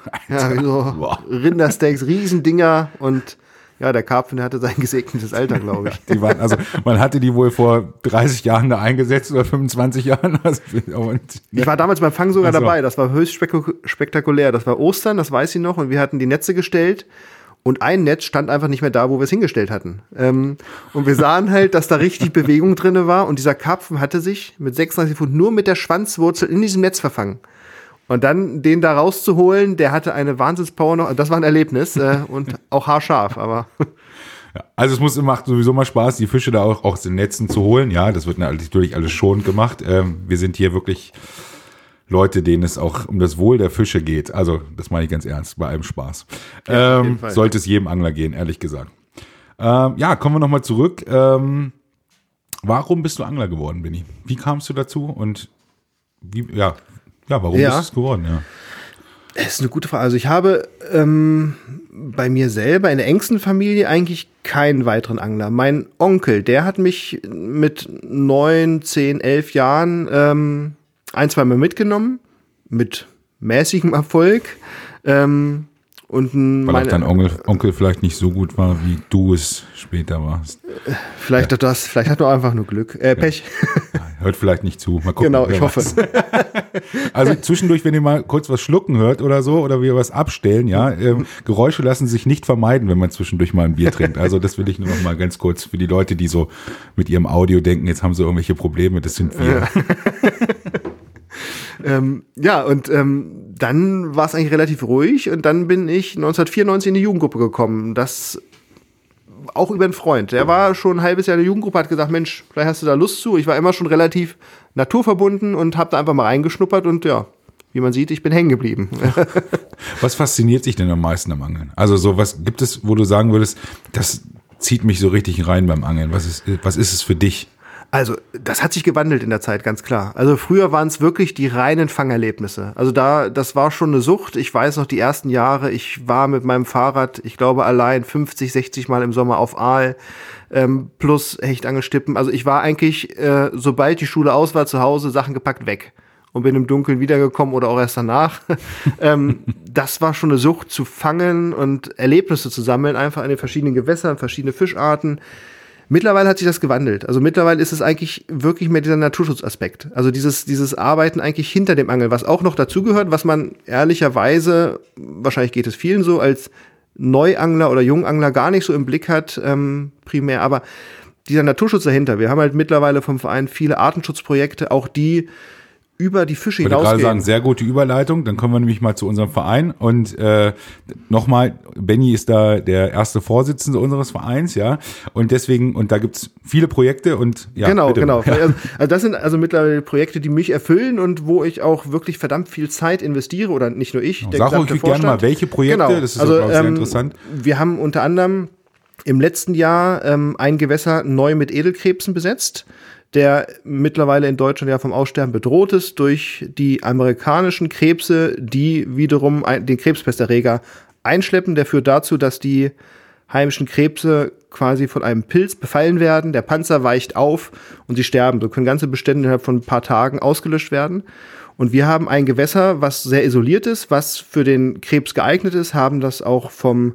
so boah. Rindersteaks, Riesendinger und ja, der Karpfen, der hatte sein gesegnetes Alter, glaube ich. Die waren, also man hatte die wohl vor dreißig Jahren da eingesetzt oder fünfundzwanzig Jahren. Und, ich war damals beim Fang sogar also. dabei, das war höchst spektakulär. Das war Ostern, das weiß ich noch, und wir hatten die Netze gestellt und ein Netz stand einfach nicht mehr da, wo wir es hingestellt hatten. Ähm, und wir sahen halt, dass da richtig Bewegung drinne war und dieser Karpfen hatte sich mit sechsunddreißig Pfund nur mit der Schwanzwurzel in diesem Netz verfangen. Und dann den da rauszuholen, der hatte eine Wahnsinnspower noch. Das war ein Erlebnis äh, und auch haarscharf, aber. Ja, also es muss, macht sowieso mal Spaß, die Fische da auch aus den Netzen zu holen. Ja, das wird natürlich alles schonend gemacht. Ähm, wir sind hier wirklich Leute, denen es auch um das Wohl der Fische geht. Also das meine ich ganz ernst, bei allem Spaß. Ja, ähm, sollte es jedem Angler gehen, ehrlich gesagt. Ähm, ja, kommen wir nochmal zurück. Ähm, warum bist du Angler geworden, Benni? Wie kamst du dazu und wie, ja, Ja, warum ja. ist es geworden, ja? Das ist eine gute Frage. Also ich habe ähm, bei mir selber in der engsten Familie eigentlich keinen weiteren Angler. Mein Onkel, der hat mich mit neun, zehn, elf Jahren ähm, ein, zwei Mal mitgenommen, mit mäßigem Erfolg. Ähm, und Weil meine, auch dein Onkel, Onkel vielleicht nicht so gut war, wie du es später warst. Vielleicht ja. das, vielleicht hat er einfach nur Glück, äh, Pech. Ja. Hört vielleicht nicht zu. Mal gucken, genau, ich hoffe. Also zwischendurch, wenn ihr mal kurz was schlucken hört oder so, oder wir was abstellen, ja, ähm, Geräusche lassen sich nicht vermeiden, wenn man zwischendurch mal ein Bier trinkt. Also das will ich nur noch mal ganz kurz für die Leute, die so mit ihrem Audio denken, jetzt haben sie irgendwelche Probleme, das sind wir. ähm, ja, und ähm, dann war es eigentlich relativ ruhig und dann bin ich neunzehnhundertvierundneunzig in die Jugendgruppe gekommen. Das auch über einen Freund. Der war schon ein halbes Jahr in der Jugendgruppe, hat gesagt, Mensch, vielleicht hast du da Lust zu. Ich war immer schon relativ naturverbunden und habe da einfach mal reingeschnuppert und ja, wie man sieht, ich bin hängen geblieben. Was fasziniert dich denn am meisten am Angeln? Also so, was gibt es, wo du sagen würdest, das zieht mich so richtig rein beim Angeln? Was ist, was ist es für dich? Also, das hat sich gewandelt in der Zeit, ganz klar. Also früher waren es wirklich die reinen Fangerlebnisse. Also da, das war schon eine Sucht. Ich weiß noch, die ersten Jahre, ich war mit meinem Fahrrad, ich glaube allein fünfzig, sechzig Mal im Sommer auf Aal, ähm, plus Hechtangelstippen. Also ich war eigentlich, äh, sobald die Schule aus war, zu Hause, Sachen gepackt, weg. Und bin im Dunkeln wiedergekommen oder auch erst danach. ähm, das war schon eine Sucht zu fangen und Erlebnisse zu sammeln, einfach an den verschiedenen Gewässern, verschiedene Fischarten. Mittlerweile hat sich das gewandelt. Also mittlerweile ist es eigentlich wirklich mehr dieser Naturschutzaspekt. Also dieses, dieses Arbeiten eigentlich hinter dem Angeln, was auch noch dazugehört, was man ehrlicherweise, wahrscheinlich geht es vielen so, als Neuangler oder Jungangler gar nicht so im Blick hat, ähm, primär. Aber dieser Naturschutz dahinter, wir haben halt mittlerweile vom Verein viele Artenschutzprojekte, auch die über die Fische hinausgehen. Ich wollte gerade sagen, sehr gute Überleitung. Dann kommen wir nämlich mal zu unserem Verein. Und äh, nochmal, Benny ist da der erste Vorsitzende unseres Vereins, ja. Und deswegen, und da gibt's viele Projekte und ja. Genau, bitte. genau. Ja. Also, also das sind also mittlerweile Projekte, die mich erfüllen und wo ich auch wirklich verdammt viel Zeit investiere. Oder nicht nur ich, der Sag ruhig gerne mal, welche Projekte, genau. das ist also, auch sehr ähm, interessant. Wir haben unter anderem im letzten Jahr ähm, ein Gewässer neu mit Edelkrebsen besetzt, der mittlerweile in Deutschland ja vom Aussterben bedroht ist durch die amerikanischen Krebse, die wiederum ein, den Krebspesterreger einschleppen. Der führt dazu, dass die heimischen Krebse quasi von einem Pilz befallen werden, der Panzer weicht auf und sie sterben. So können ganze Bestände innerhalb von ein paar Tagen ausgelöscht werden. Und wir haben ein Gewässer, was sehr isoliert ist, was für den Krebs geeignet ist, haben das auch vom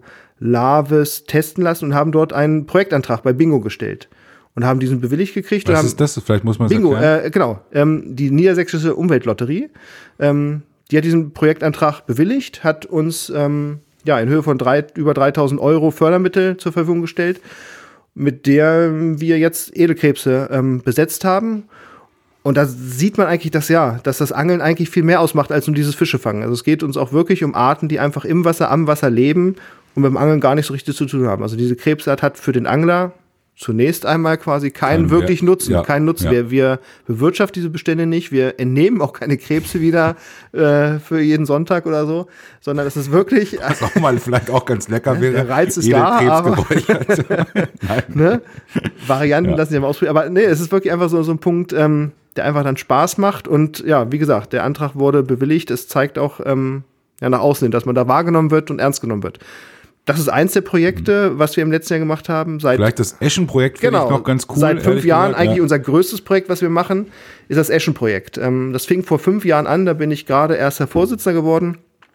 Laves testen lassen und haben dort einen Projektantrag bei Bingo gestellt. Und haben diesen bewilligt gekriegt. Was und haben ist das? Vielleicht muss man es Bingo, erklären. äh, genau. Ähm, die Niedersächsische Umweltlotterie, ähm, die hat diesen Projektantrag bewilligt, hat uns ähm, ja in Höhe von drei, über dreitausend Euro Fördermittel zur Verfügung gestellt, mit der wir jetzt Edelkrebse ähm, besetzt haben. Und da sieht man eigentlich, dass ja, dass das Angeln eigentlich viel mehr ausmacht als um dieses Fischefangen. Also es geht uns auch wirklich um Arten, die einfach im Wasser, am Wasser leben und mit dem Angeln gar nicht so richtig zu tun haben. Also diese Krebsart hat für den Angler zunächst einmal quasi keinen Kein, wirklich ja, Nutzen, ja, keinen Nutzen. ja. Wir, wir bewirtschaften diese Bestände nicht, wir entnehmen auch keine Krebse wieder äh, für jeden Sonntag oder so, sondern es ist wirklich... Was auch mal vielleicht auch ganz lecker wäre. Der Reiz ist Edelkrebs da, aber geräuchert. Nein. ne? Varianten Ja. lassen sich mal ausprobieren. Aber nee, es ist wirklich einfach so, so ein Punkt, ähm, der einfach dann Spaß macht. Und ja, wie gesagt, der Antrag wurde bewilligt. Es zeigt auch ähm, ja, nach außen hin, dass man da wahrgenommen wird und ernst genommen wird. Das ist eins der Projekte, was wir im letzten Jahr gemacht haben. Seit Vielleicht das Eschen-Projekt finde genau, ich noch ganz cool. Seit fünf ehrlich Jahren gesagt, eigentlich ja. unser größtes Projekt, was wir machen, ist das Eschen-Projekt. Ähm, das fing vor fünf Jahren an, da bin ich gerade erster Vorsitzender geworden.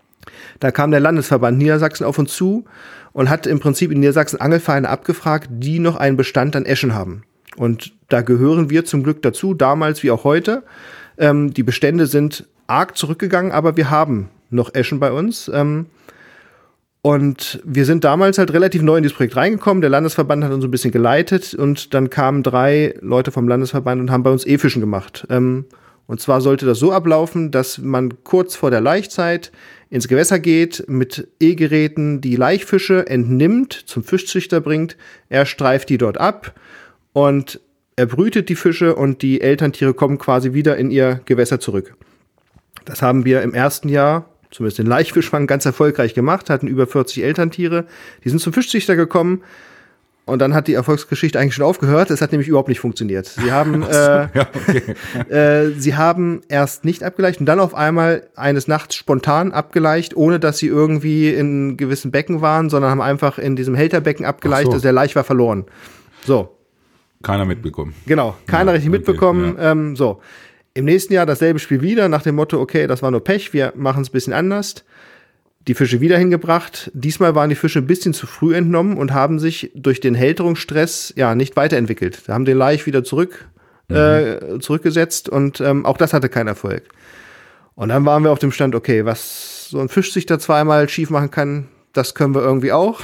Da kam der Landesverband Niedersachsen auf uns zu und hat im Prinzip in Niedersachsen Angelvereine abgefragt, die noch einen Bestand an Eschen haben. Und da gehören wir zum Glück dazu, damals wie auch heute. Ähm, die Bestände sind arg zurückgegangen, aber wir haben noch Eschen bei uns. Ähm, Und wir sind damals halt relativ neu in dieses Projekt reingekommen. Der Landesverband hat uns ein bisschen geleitet und dann kamen drei Leute vom Landesverband und haben bei uns E-Fischen gemacht. Ähm, und zwar sollte das so ablaufen, dass man kurz vor der Laichzeit ins Gewässer geht, mit E-Geräten die Laichfische entnimmt, zum Fischzüchter bringt. Er streift die dort ab und er brütet die Fische und die Elterntiere kommen quasi wieder in ihr Gewässer zurück. Das haben wir im ersten Jahr, zumindest den Laichfischfang, ganz erfolgreich gemacht, hatten über vierzig Elterntiere. Die sind zum Fischzüchter gekommen und dann hat die Erfolgsgeschichte eigentlich schon aufgehört. Es hat nämlich überhaupt nicht funktioniert. Sie haben, äh, Ja, okay. äh, sie haben erst nicht abgeleicht und dann auf einmal eines Nachts spontan abgeleicht, ohne dass sie irgendwie in gewissen Becken waren, sondern haben einfach in diesem Hälterbecken abgeleicht. Ach so. Also der Laich war verloren. So, Keiner mitbekommen. genau. Keiner Ja, richtig okay, mitbekommen. ja. Ähm, so. Im nächsten Jahr dasselbe Spiel wieder, nach dem Motto, okay, das war nur Pech, wir machen es ein bisschen anders. Die Fische wieder hingebracht. Diesmal waren die Fische ein bisschen zu früh entnommen und haben sich durch den Hälterungsstress ja nicht weiterentwickelt. Da haben den Laich wieder zurück, mhm. äh, zurückgesetzt und ähm, auch das hatte keinen Erfolg. Und dann waren wir auf dem Stand, okay, was so ein Fischzüchter zweimal schief machen kann, das können wir irgendwie auch.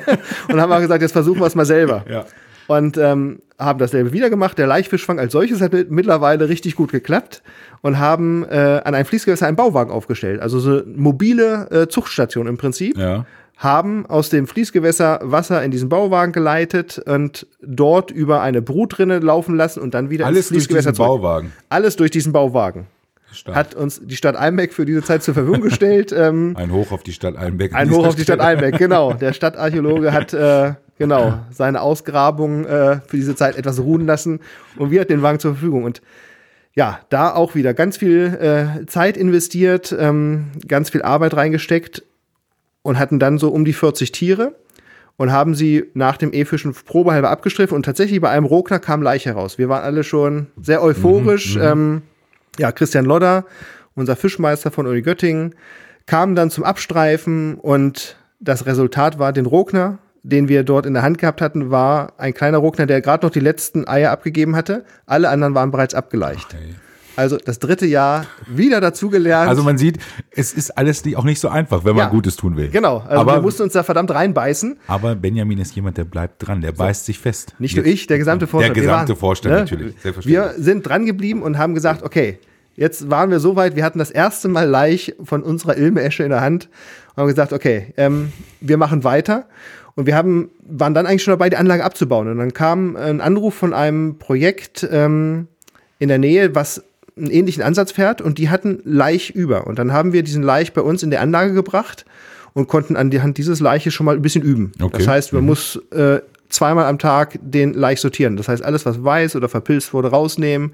Und haben wir gesagt, jetzt versuchen wir es mal selber. Ja. Und ähm, haben dasselbe wieder gemacht. Der Laichfischfang als solches hat mit, mittlerweile richtig gut geklappt und haben äh, an einem Fließgewässer einen Bauwagen aufgestellt. Also so eine mobile äh, Zuchtstation im Prinzip. Ja. Haben aus dem Fließgewässer Wasser in diesen Bauwagen geleitet und dort über eine Brutrinne laufen lassen und dann wieder Alles ins durch Fließgewässer diesen zurück. Bauwagen. Alles durch diesen Bauwagen. Stark. Hat uns die Stadt Einbeck für diese Zeit zur Verfügung gestellt. Ähm, Ein Hoch auf die Stadt Einbeck. ein Hoch auf die Stadt Einbeck, genau. Der Stadtarchäologe hat äh, genau seine Ausgrabung äh, für diese Zeit etwas ruhen lassen und wir hatten den Wagen zur Verfügung. Und ja, da auch wieder ganz viel äh, Zeit investiert, ähm, ganz viel Arbeit reingesteckt und hatten dann so um die vierzig Tiere und haben sie nach dem E-Fischen probehalber abgestriffen und tatsächlich bei einem Rogner kam Laich heraus. Wir waren alle schon sehr euphorisch. Mhm, ähm, ja, Christian Lodder, unser Fischmeister von Uni Göttingen, kam dann zum Abstreifen und das Resultat war den Rogner, den wir dort in der Hand gehabt hatten, war ein kleiner Rogner, der gerade noch die letzten Eier abgegeben hatte. Alle anderen waren bereits abgeleicht. Okay. Also das dritte Jahr wieder dazugelernt. Also man sieht, es ist alles nicht, auch nicht so einfach, wenn man Ja, Gutes tun will. Genau, also aber, wir mussten uns da verdammt reinbeißen. aber Benjamin ist jemand, der bleibt dran, der beißt sich fest. Nicht nur ich, der gesamte Vorstand. Der gesamte wir waren, Vorstand ne? natürlich, selbstverständlich. Wir sind dran geblieben und haben gesagt, okay, jetzt waren wir so weit, wir hatten das erste Mal Laich von unserer Ilme-Esche in der Hand und haben gesagt, okay, ähm, wir machen weiter. Und wir haben, waren dann eigentlich schon dabei, die Anlage abzubauen. Und dann kam ein Anruf von einem Projekt ähm, in der Nähe, was einen ähnlichen Ansatz fährt. Und die hatten Laich über. Und dann haben wir diesen Laich bei uns in der Anlage gebracht und konnten an die Hand dieses Laiches schon mal ein bisschen üben. Okay. Das heißt, man mhm. muss äh, zweimal am Tag den Laich sortieren. Das heißt, alles, was weiß oder verpilzt wurde, rausnehmen.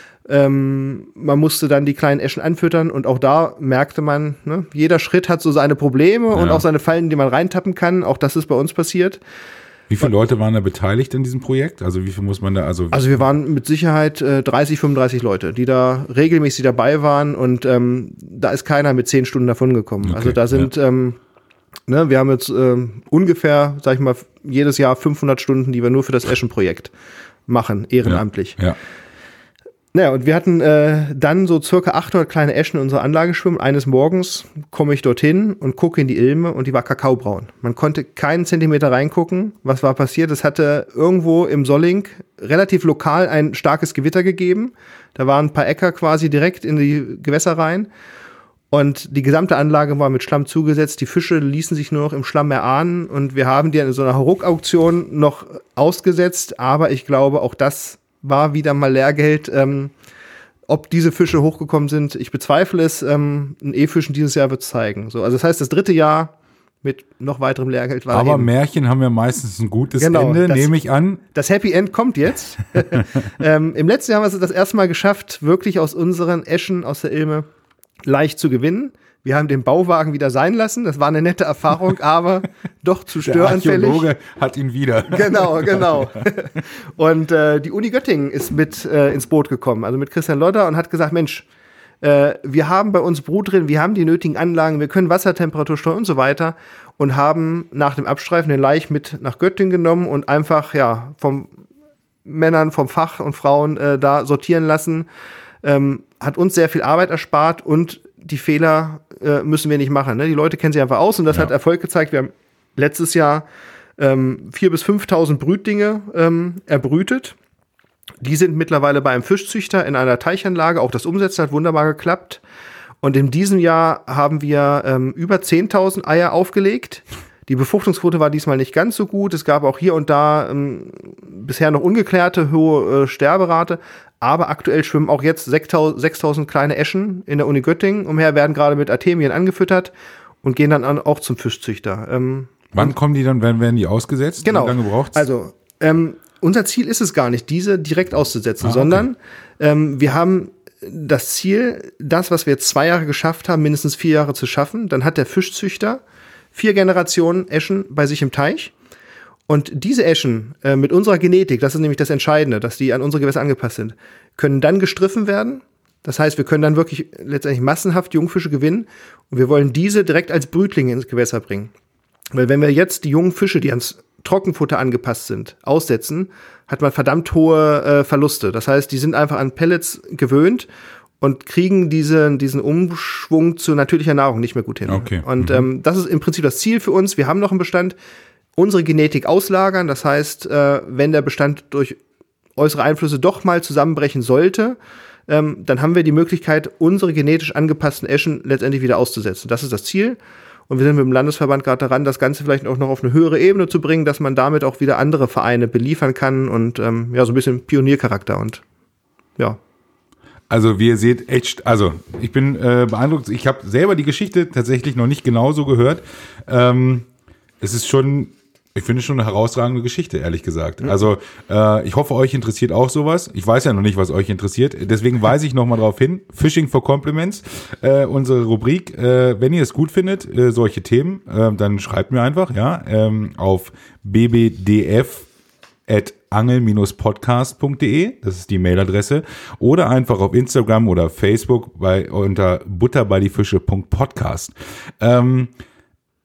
Ähm, man musste dann die kleinen Eschen anfüttern und auch da merkte man, ne, jeder Schritt hat so seine Probleme ja. und auch seine Fallen, die man reintappen kann. Auch das ist bei uns passiert. Wie viele Leute waren da beteiligt in diesem Projekt? Also wie viel muss man da, also Also wir waren mit Sicherheit äh, dreißig, fünfunddreißig Leute, die da regelmäßig dabei waren und ähm, da ist keiner mit zehn Stunden davon gekommen. Okay. Also da sind, ja. ähm, ne, wir haben jetzt ähm, ungefähr, sag ich mal, jedes Jahr fünfhundert Stunden, die wir nur für das Eschen-Projekt machen, ehrenamtlich. Ja. ja. Naja, und wir hatten äh, dann so circa achthundert kleine Eschen in unserer Anlage schwimmen. Eines Morgens komme ich dorthin und gucke in die Ilme und die war kakaobraun. Man konnte keinen Zentimeter reingucken. Was war passiert? Es hatte irgendwo im Solling relativ lokal ein starkes Gewitter gegeben. Da waren ein paar Äcker quasi direkt in die Gewässer rein. Und die gesamte Anlage war mit Schlamm zugesetzt. Die Fische ließen sich nur noch im Schlamm erahnen. Und wir haben die in so einer Hauruck-Auktion noch ausgesetzt. Aber ich glaube, auch das war wieder mal Lehrgeld. Ähm, ob diese Fische hochgekommen sind, ich bezweifle es. Ähm, ein E-Fischen dieses Jahr wird es zeigen. So, also das heißt, das dritte Jahr mit noch weiterem Lehrgeld war Aber eben. Märchen haben ja meistens ein gutes Genau, Ende, das- nehme ich an. Das Happy End kommt jetzt. ähm, Im letzten Jahr haben wir es das erste Mal geschafft, wirklich aus unseren Eschen aus der Ilme leicht zu gewinnen. Wir haben den Bauwagen wieder sein lassen. Das war eine nette Erfahrung, aber doch zu Der störanfällig. Archäologe hat ihn wieder. Genau, genau. Und äh, die Uni Göttingen ist mit äh, ins Boot gekommen, also mit Christian Lodder und hat gesagt, Mensch, äh, wir haben bei uns Brut drin, wir haben die nötigen Anlagen, wir können Wassertemperatur steuern und so weiter und haben nach dem Abstreifen den Laich mit nach Göttingen genommen und einfach ja vom Männern, vom Fach und Frauen äh, da sortieren lassen. Ähm, hat uns sehr viel Arbeit erspart und die Fehler äh, müssen wir nicht machen. Ne? Die Leute kennen sich einfach aus und das Ja. hat Erfolg gezeigt. Wir haben letztes Jahr ähm, viertausend bis fünftausend Brütdinge ähm, erbrütet. Die sind mittlerweile bei einem Fischzüchter in einer Teichanlage. Auch das Umsetzen hat wunderbar geklappt. Und in diesem Jahr haben wir ähm, über zehntausend Eier aufgelegt. Die Befruchtungsquote war diesmal nicht ganz so gut. Es gab auch hier und da ähm, bisher noch ungeklärte hohe äh, Sterberate. Aber aktuell schwimmen auch jetzt sechstausend kleine Eschen in der Uni Göttingen umher, werden gerade mit Artemien angefüttert und gehen dann an, auch zum Fischzüchter. Ähm, Wann kommen die dann, wann werden die ausgesetzt? Genau. Wie lange braucht's? Also, ähm, unser Ziel ist es gar nicht, diese direkt auszusetzen, Ah, okay. sondern ähm, wir haben das Ziel, das, was wir jetzt zwei Jahre geschafft haben, mindestens vier Jahre zu schaffen. Dann hat der Fischzüchter vier Generationen Eschen bei sich im Teich. Und diese Eschen äh, mit unserer Genetik, das ist nämlich das Entscheidende, dass die an unsere Gewässer angepasst sind, können dann gestriffen werden. Das heißt, wir können dann wirklich letztendlich massenhaft Jungfische gewinnen. Und wir wollen diese direkt als Brütlinge ins Gewässer bringen. Weil wenn wir jetzt die jungen Fische, die ans Trockenfutter angepasst sind, aussetzen, hat man verdammt hohe äh, Verluste. Das heißt, die sind einfach an Pellets gewöhnt und kriegen diese, diesen Umschwung zu natürlicher Nahrung nicht mehr gut hin. Okay. Und Mhm. ähm, das ist im Prinzip das Ziel für uns. Wir haben noch einen Bestand, unsere Genetik auslagern. Das heißt, äh, wenn der Bestand durch äußere Einflüsse doch mal zusammenbrechen sollte, ähm, dann haben wir die Möglichkeit, unsere genetisch angepassten Eschen letztendlich wieder auszusetzen. Das ist das Ziel. Und wir sind mit dem Landesverband gerade daran, das Ganze vielleicht auch noch auf eine höhere Ebene zu bringen, dass man damit auch wieder andere Vereine beliefern kann und ähm, ja, so ein bisschen Pioniercharakter und ja. Also wie ihr seht, echt, also ich bin äh, beeindruckt. Ich habe selber die Geschichte tatsächlich noch nicht genauso gehört. Ähm, es ist schon, ich finde es schon eine herausragende Geschichte, ehrlich gesagt. Mhm. Also äh, ich hoffe, euch interessiert auch sowas. Ich weiß ja noch nicht, was euch interessiert. Deswegen weise ich noch mal darauf hin. Fishing for Compliments, äh, unsere Rubrik. Äh, wenn ihr es gut findet, äh, solche Themen, äh, dann schreibt mir einfach, ja, ähm, auf b b d f at angel podcast punkt de, das ist die Mailadresse, oder einfach auf Instagram oder Facebook bei unter butter bei die fische punkt podcast. Ähm,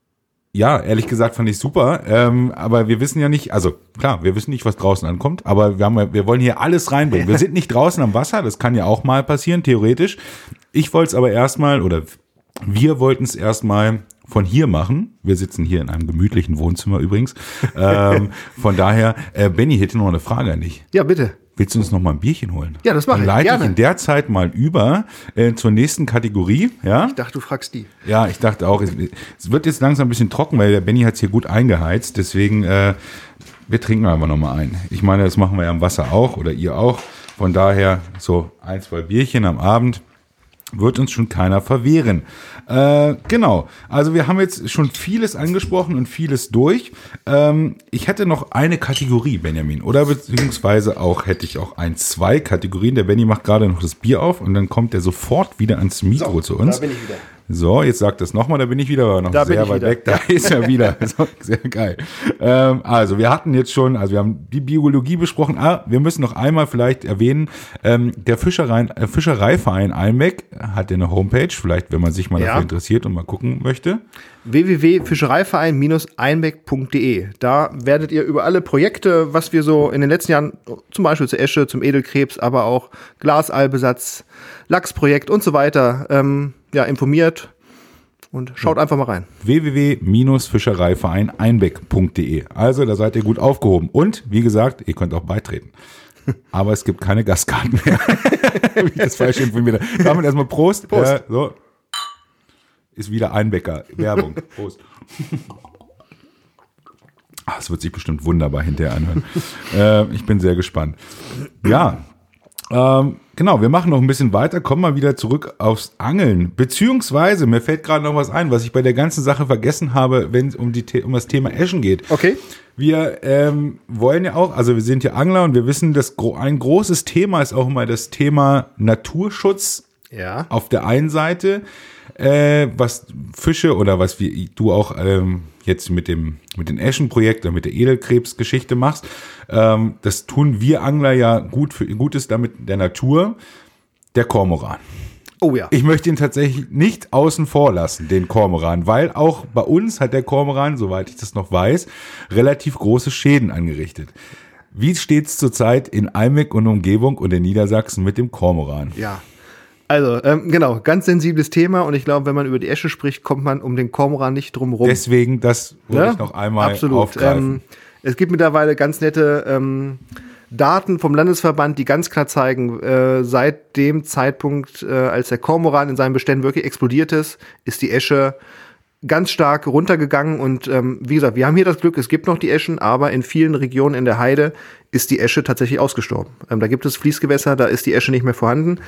Ja, ehrlich gesagt fand ich super, ähm, aber wir wissen ja nicht, also klar, wir wissen nicht, was draußen ankommt, aber wir haben, wir wollen hier alles reinbringen. Wir sind nicht draußen am Wasser, das kann ja auch mal passieren, theoretisch. Ich wollte es aber erstmal, oder wir wollten es erstmal von hier machen. Wir sitzen hier in einem gemütlichen Wohnzimmer übrigens. ähm, von daher, äh, Benny, hätte noch eine Frage an dich. Ja, bitte. Willst du uns noch mal ein Bierchen holen? Ja, das mache ich. Dann leite gerne. ich in der Zeit mal über äh, zur nächsten Kategorie. Ja? Ich dachte, du fragst die. Ja, ich dachte auch, es, es wird jetzt langsam ein bisschen trocken, weil der Benny hat es hier gut eingeheizt. Deswegen, äh, wir trinken einfach noch mal ein. Ich meine, das machen wir ja im Wasser auch oder ihr auch. Von daher so ein, zwei Bierchen am Abend wird uns schon keiner verwehren. Äh, genau, also wir haben jetzt schon vieles angesprochen und vieles durch. Ähm, ich hätte noch eine Kategorie, Benjamin, oder beziehungsweise auch hätte ich auch ein, zwei Kategorien. Der Benny macht gerade noch das Bier auf und dann kommt er sofort wieder ans Mikro so, zu uns. Da bin ich wieder. So, jetzt sagt das nochmal, da bin ich wieder, aber noch da sehr weit wieder. weg. Da ist er wieder. So, sehr geil. Ähm, also, wir hatten jetzt schon, also wir haben die Biologie besprochen. Ah, wir müssen noch einmal vielleicht erwähnen, ähm, der Fischerei, äh, Fischereiverein Einbeck hat eine Homepage, vielleicht, wenn man sich mal ja. dafür interessiert und mal gucken möchte. w w w punkt fischereiverein Bindestrich einbeck punkt d e. Da werdet ihr über alle Projekte, was wir so in den letzten Jahren, zum Beispiel zur Esche, zum Edelkrebs, aber auch Glasalbesatz, Lachsprojekt und so weiter, ähm, ja, informiert und schaut einfach mal rein. w w w Bindestrich fischereiverein einbeck punkt d e. Also, da seid ihr gut aufgehoben. Und, wie gesagt, ihr könnt auch beitreten. Aber es gibt keine Gastkarten mehr. Wie ich das falsch informiert habe. Damit erstmal Prost. Prost. Äh, so. Ist wieder Einbecker. Werbung. Prost. Ach, es wird sich bestimmt wunderbar hinterher anhören. äh, ich bin sehr gespannt. Ja, ähm, genau, wir machen noch ein bisschen weiter, kommen mal wieder zurück aufs Angeln. Beziehungsweise, mir fällt gerade noch was ein, was ich bei der ganzen Sache vergessen habe, wenn es um, die, um das Thema Eschen geht. Okay. Wir ähm, wollen ja auch, also wir sind ja Angler und wir wissen, dass gro- ein großes Thema ist auch immer das Thema Naturschutz. Ja. Auf der einen Seite, äh, was Fische oder was wir, du auch ähm, jetzt mit dem mit dem Eschenprojekt oder mit der Edelkrebsgeschichte machst, ähm, das tun wir Angler ja gut für Gutes damit der Natur, der Kormoran. Oh ja. Ich möchte ihn tatsächlich nicht außen vor lassen, den Kormoran, weil auch bei uns hat der Kormoran, soweit ich das noch weiß, relativ große Schäden angerichtet. Wie steht es zurzeit in Einbeck und Umgebung und in Niedersachsen mit dem Kormoran? Ja. Also, ähm, genau, ganz sensibles Thema und ich glaube, wenn man über die Esche spricht, kommt man um den Kormoran nicht drum rum. Deswegen, das wollte ja? ich noch einmal Absolut. aufgreifen. Ähm, es gibt mittlerweile ganz nette ähm, Daten vom Landesverband, die ganz klar zeigen, äh, seit dem Zeitpunkt, äh, als der Kormoran in seinen Beständen wirklich explodiert ist, ist die Esche ganz stark runtergegangen und ähm, wie gesagt, wir haben hier das Glück, es gibt noch die Eschen, aber in vielen Regionen in der Heide ist die Esche tatsächlich ausgestorben. Ähm, da gibt es Fließgewässer, da ist die Esche nicht mehr vorhanden.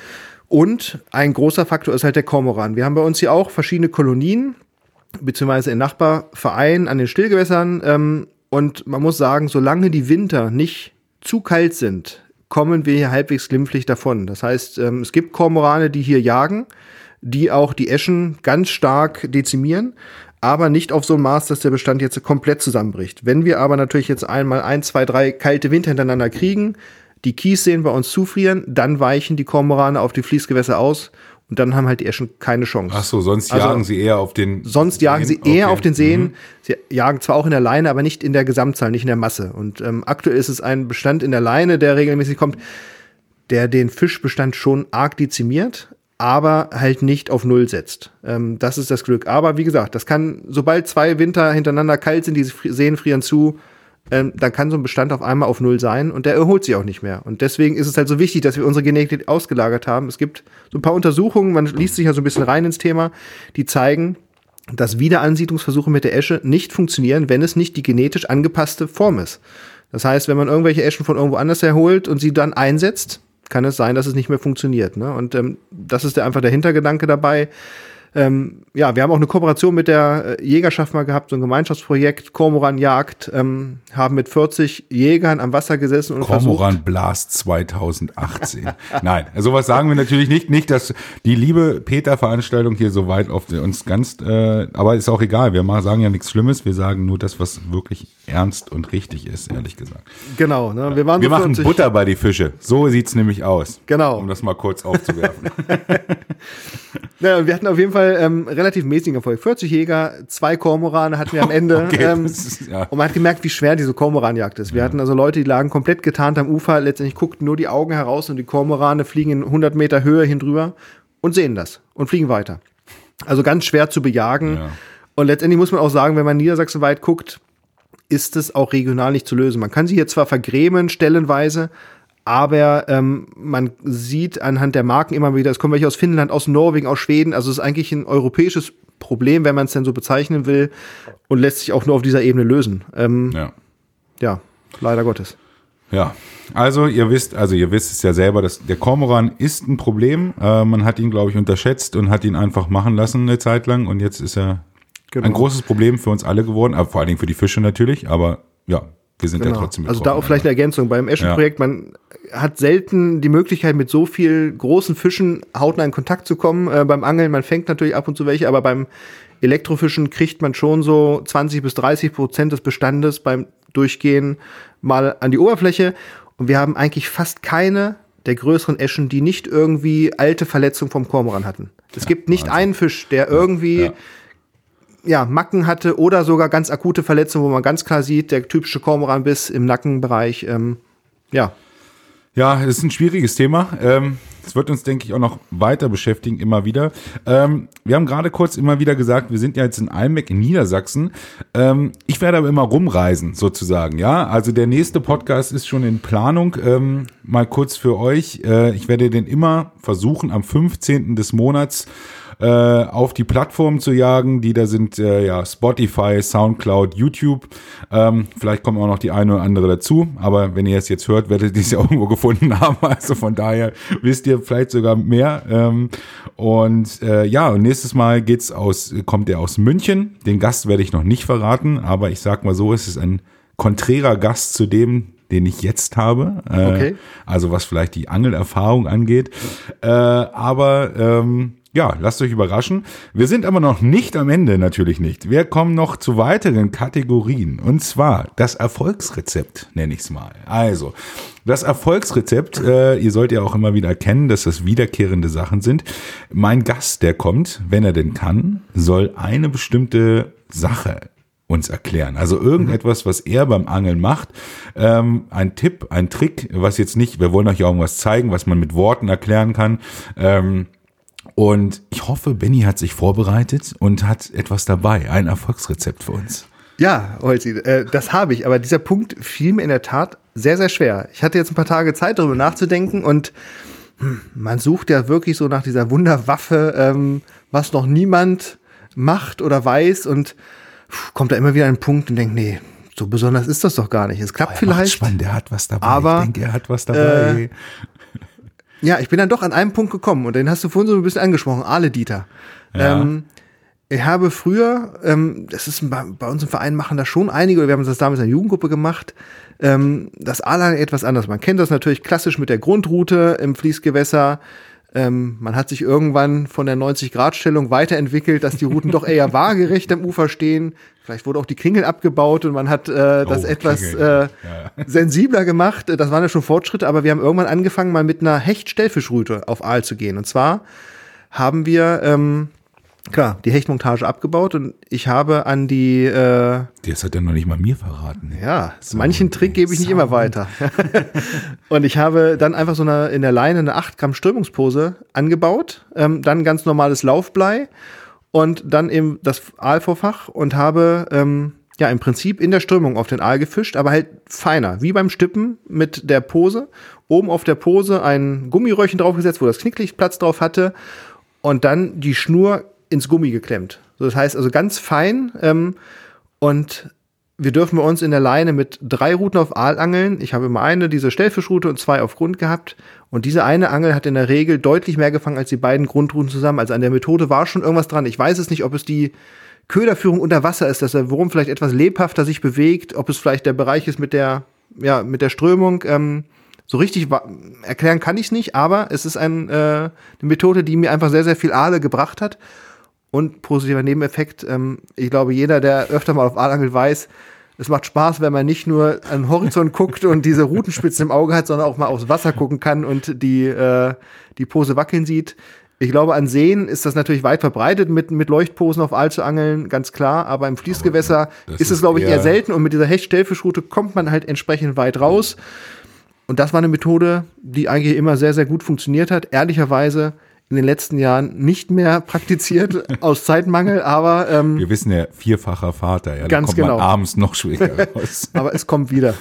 Und ein großer Faktor ist halt der Kormoran. Wir haben bei uns hier auch verschiedene Kolonien, beziehungsweise in Nachbarvereinen an den Stillgewässern. Ähm, und man muss sagen, solange die Winter nicht zu kalt sind, kommen wir hier halbwegs glimpflich davon. Das heißt, ähm, es gibt Kormorane, die hier jagen, die auch die Eschen ganz stark dezimieren, aber nicht auf so ein Maß, dass der Bestand jetzt komplett zusammenbricht. Wenn wir aber natürlich jetzt einmal ein, zwei, drei kalte Winter hintereinander kriegen, die Kiesseen bei uns zufrieren, dann weichen die Kormorane auf die Fließgewässer aus und dann haben halt die Eschen keine Chance. Ach so, sonst Also, jagen sie eher auf den Sonst jagen sie Seen? eher Okay. auf den Seen. Mhm. Sie jagen zwar auch in der Leine, aber nicht in der Gesamtzahl, nicht in der Masse. Und ähm, aktuell ist es ein Bestand in der Leine, der regelmäßig kommt, der den Fischbestand schon arg dezimiert, aber halt nicht auf Null setzt. Ähm, das ist das Glück. Aber wie gesagt, das kann, sobald zwei Winter hintereinander kalt sind, die Seen frieren zu, ähm, dann kann so ein Bestand auf einmal auf Null sein und der erholt sich auch nicht mehr. Und deswegen ist es halt so wichtig, dass wir unsere Genetik ausgelagert haben. Es gibt so ein paar Untersuchungen, man liest sich ja so ein bisschen rein ins Thema, die zeigen, dass Wiederansiedlungsversuche mit der Esche nicht funktionieren, wenn es nicht die genetisch angepasste Form ist. Das heißt, wenn man irgendwelche Eschen von irgendwo anders erholt und sie dann einsetzt, kann es sein, dass es nicht mehr funktioniert. Ne? Und ähm, das ist der, einfach der Hintergedanke dabei. Ähm, ja, wir haben auch eine Kooperation mit der äh, Jägerschaft mal gehabt, so ein Gemeinschaftsprojekt, Kormoranjagd, ähm, haben mit vierzig Jägern am Wasser gesessen und Kormoran versucht. Blast zweitausendachtzehn. Nein, sowas sagen wir natürlich nicht. Nicht, dass die liebe Peter-Veranstaltung hier so weit auf uns ganz, äh, aber ist auch egal. Wir machen, sagen ja nichts Schlimmes. Wir sagen nur das, was wirklich ernst und richtig ist, ehrlich gesagt. Genau. Ne? Wir, waren wir so machen vierzig Butter bei die Fische. So sieht's nämlich aus. Genau. Um das mal kurz aufzuwerfen. Ja, wir hatten auf jeden Fall ähm, relativ mäßigen Erfolg. vierzig Jäger, zwei Kormorane hatten wir am Ende. Okay, ähm, ist, ja. Und man hat gemerkt, wie schwer diese Kormoranjagd ist. Wir ja. hatten also Leute, die lagen komplett getarnt am Ufer. Letztendlich guckten nur die Augen heraus und die Kormorane fliegen in hundert Meter Höhe hin drüber und sehen das und fliegen weiter. Also ganz schwer zu bejagen. Ja. Und letztendlich muss man auch sagen, wenn man niedersachsenweit guckt, ist es auch regional nicht zu lösen. Man kann sie hier zwar vergrämen, stellenweise, aber ähm, man sieht anhand der Marken immer wieder, es kommen welche aus Finnland, aus Norwegen, aus Schweden. Also es ist eigentlich ein europäisches Problem, wenn man es denn so bezeichnen will, und lässt sich auch nur auf dieser Ebene lösen. Ähm, ja. ja, leider Gottes. Ja, also ihr wisst, also ihr wisst es ja selber, dass der Kormoran ist ein Problem. Äh, man hat ihn, glaube ich, unterschätzt und hat ihn einfach machen lassen eine Zeit lang, und jetzt ist er genau. ein großes Problem für uns alle geworden, aber vor allen Dingen für die Fische natürlich, aber ja. Wir sind genau. ja trotzdem betroffen. Also da auch vielleicht eine Ergänzung. Beim Eschen-Projekt, ja. man hat selten die Möglichkeit, mit so viel großen Fischen hautnah in Kontakt zu kommen. Äh, beim Angeln, man fängt natürlich ab und zu welche, aber beim Elektrofischen kriegt man schon so zwanzig bis dreißig Prozent des Bestandes beim Durchgehen mal an die Oberfläche. Und wir haben eigentlich fast keine der größeren Eschen, die nicht irgendwie alte Verletzungen vom Kormoran hatten. Es ja, gibt nicht Wahnsinn. einen Fisch, der irgendwie... Ja. ja, Macken hatte oder sogar ganz akute Verletzungen, wo man ganz klar sieht, der typische Kormoranbiss im Nackenbereich, ähm, ja. Ja, es ist ein schwieriges Thema. Ähm, es wird uns, denke ich, auch noch weiter beschäftigen, immer wieder. Ähm, wir haben gerade kurz immer wieder gesagt, wir sind ja jetzt in Einbeck in Niedersachsen. Ähm, ich werde aber immer rumreisen, sozusagen, ja. Also der nächste Podcast ist schon in Planung. Ähm, mal kurz für euch. Äh, ich werde den immer versuchen, am fünfzehnten des Monats auf die Plattformen zu jagen, die da sind, äh, ja, Spotify, Soundcloud, YouTube. Ähm, vielleicht kommen auch noch die eine oder andere dazu, aber wenn ihr es jetzt hört, werdet ihr es ja irgendwo gefunden haben. Also von daher wisst ihr vielleicht sogar mehr. Ähm, und äh, ja, und nächstes Mal geht's aus, kommt er aus München. Den Gast werde ich noch nicht verraten, aber ich sag mal so, es ist ein konträrer Gast zu dem, den ich jetzt habe. Äh, okay. Also was vielleicht die Angelerfahrung angeht. Äh, aber ähm, ja, lasst euch überraschen. Wir sind aber noch nicht am Ende, natürlich nicht. Wir kommen noch zu weiteren Kategorien. Und zwar das Erfolgsrezept, nenne ich es mal. Also, das Erfolgsrezept, äh, ihr sollt ja auch immer wieder erkennen, dass das wiederkehrende Sachen sind. Mein Gast, der kommt, wenn er denn kann, soll eine bestimmte Sache uns erklären. Also irgendetwas, was er beim Angeln macht. Ähm, ein Tipp, ein Trick, was jetzt nicht, wir wollen euch ja irgendwas zeigen, was man mit Worten erklären kann. Ähm, Und ich hoffe, Benny hat sich vorbereitet und hat etwas dabei, ein Erfolgsrezept für uns. Ja, Holzi, äh, das habe ich. Aber dieser Punkt fiel mir in der Tat sehr, sehr schwer. Ich hatte jetzt ein paar Tage Zeit, darüber nachzudenken. Und hm, man sucht ja wirklich so nach dieser Wunderwaffe, ähm, was noch niemand macht oder weiß. Und pff, kommt da immer wieder ein Punkt und denkt, nee, so besonders ist das doch gar nicht. Es klappt oh, vielleicht. Spannend, der hat was dabei. Aber, ich denke, er hat was dabei. Äh, Ja, ich bin dann doch an einem Punkt gekommen, und den hast du vorhin so ein bisschen angesprochen, Ahle Dieter. Ja. Ähm, ich habe früher, ähm, das ist bei, bei uns im Verein machen das schon einige, oder wir haben das damals in der Jugendgruppe gemacht, ähm, das Aalangeln etwas anders. Man kennt das natürlich klassisch mit der Grundroute im Fließgewässer. Ähm, man hat sich irgendwann von der neunzig-Grad-Stellung weiterentwickelt, dass die Routen doch eher waagerecht am Ufer stehen. Vielleicht wurde auch die Kringel abgebaut und man hat äh, das oh, etwas äh, ja. sensibler gemacht. Das waren ja schon Fortschritte, aber wir haben irgendwann angefangen, mal mit einer Hecht-Stellfischroute auf Aal zu gehen. Und zwar haben wir ähm, klar die Hechtmontage abgebaut, und ich habe an die äh, das hat er noch nicht mal mir verraten. Ja, so manchen Trick gebe ich nicht immer weiter. Und ich habe dann einfach so eine, in der Leine eine acht Gramm Strömungspose angebaut, ähm, dann ganz normales Laufblei und dann eben das Aalvorfach und habe ähm, ja im Prinzip in der Strömung auf den Aal gefischt, aber halt feiner, wie beim Stippen mit der Pose. Oben auf der Pose ein Gummiröhrchen draufgesetzt, wo das Knicklicht Platz drauf hatte, und dann die Schnur ins Gummi geklemmt. So, das heißt also ganz fein, ähm, und wir dürfen bei uns in der Leine mit drei Routen auf Aal angeln. Ich habe immer eine, diese Stellfischroute, und zwei auf Grund gehabt. Und diese eine Angel hat in der Regel deutlich mehr gefangen als die beiden Grundrouten zusammen. Also an der Methode war schon irgendwas dran. Ich weiß es nicht, ob es die Köderführung unter Wasser ist, dass der Wurm vielleicht etwas lebhafter sich bewegt, ob es vielleicht der Bereich ist mit der, ja, mit der Strömung. Ähm, so richtig wa- erklären kann ich es nicht, aber es ist ein, äh, eine Methode, die mir einfach sehr, sehr viel Aale gebracht hat. Und positiver Nebeneffekt, ähm, ich glaube, jeder, der öfter mal auf Aalangel weiß, Es macht Spaß, wenn man nicht nur an den Horizont guckt und diese Rutenspitzen im Auge hat, sondern auch mal aufs Wasser gucken kann und die, äh, die Pose wackeln sieht. Ich glaube, an Seen ist das natürlich weit verbreitet, mit, mit Leuchtposen auf Aal zu angeln, ganz klar. Aber im Fließgewässer ist, ist es, glaube ich, eher, eher selten. Und mit dieser Hecht-Stellfischroute kommt man halt entsprechend weit raus. Und das war eine Methode, die eigentlich immer sehr, sehr gut funktioniert hat. Ehrlicherweise in den letzten Jahren nicht mehr praktiziert, aus Zeitmangel, aber ähm, wir wissen ja, vierfacher Vater, ja, ganz da kommt genau. man abends noch schwieriger raus. Aber es kommt wieder.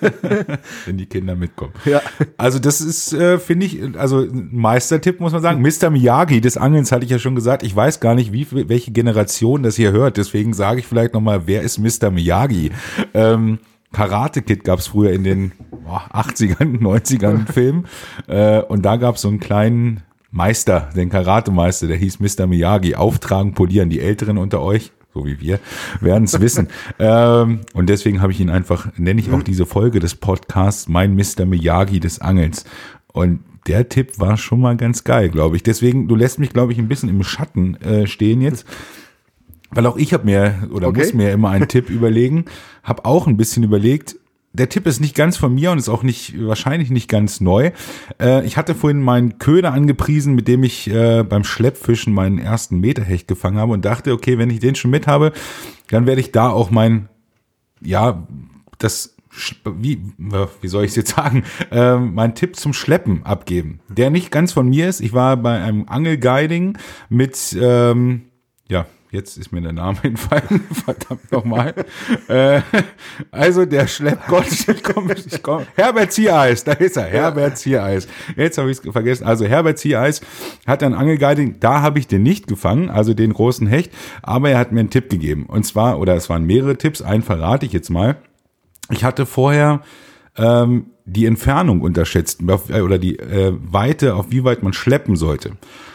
Wenn die Kinder mitkommen. Ja. Also das ist, äh, finde ich, also ein Meistertipp, muss man sagen. Mister Miyagi des Angelns hatte ich ja schon gesagt. Ich weiß gar nicht, wie welche Generation das hier hört. Deswegen sage ich vielleicht nochmal, wer ist Mister Miyagi? Ähm, Karate Kid gab es früher in den boah, achtzigern, neunzigern Filmen. Äh, und da gab es so einen kleinen Meister, den Karatemeister, der hieß Mister Miyagi. Auftragen, polieren. Die Älteren unter euch, so wie wir, werden es wissen. ähm, und deswegen habe ich ihn einfach, nenne ich auch diese Folge des Podcasts, mein Mister Miyagi des Angelns. Und der Tipp war schon mal ganz geil, glaube ich. Deswegen, du lässt mich, glaube ich, ein bisschen im Schatten äh, stehen jetzt. Weil auch ich habe mir, oder okay. muss mir immer einen Tipp überlegen, habe auch ein bisschen überlegt. Der Tipp ist nicht ganz von mir und ist auch nicht wahrscheinlich nicht ganz neu. Äh, ich hatte vorhin meinen Köder angepriesen, mit dem ich äh, beim Schleppfischen meinen ersten Meterhecht gefangen habe und dachte, okay, wenn ich den schon mit habe, dann werde ich da auch mein, ja, das, wie, wie soll ich es jetzt sagen, äh, mein Tipp zum Schleppen abgeben, der nicht ganz von mir ist. Ich war bei einem Angelguiding mit, ähm, ja, jetzt ist mir der Name entfallen, verdammt nochmal. äh, also der Schleppgott, ich komme, ich komme, Herbert Ziereis, da ist er, Herbert Ziereis. Jetzt habe ich es vergessen. Also Herbert Ziereis hat ein Angelguiding, da habe ich den nicht gefangen, also den großen Hecht, aber er hat mir einen Tipp gegeben. Und zwar, oder es waren mehrere Tipps, einen verrate ich jetzt mal. Ich hatte vorher ähm, die Entfernung unterschätzt, oder die äh, Weite, auf wie weit man schleppen sollte.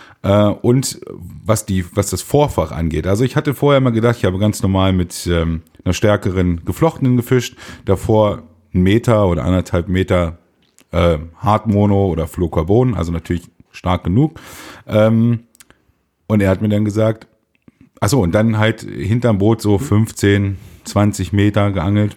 Und was die, was das Vorfach angeht. Also ich hatte vorher mal gedacht, ich habe ganz normal mit ähm, einer stärkeren Geflochtenen gefischt. Davor einen Meter oder anderthalb Meter äh, Hartmono oder Fluorocarbon, also natürlich stark genug. Ähm, und er hat mir dann gesagt, ach so, und dann halt hinterm Boot so fünfzehn, zwanzig Meter geangelt.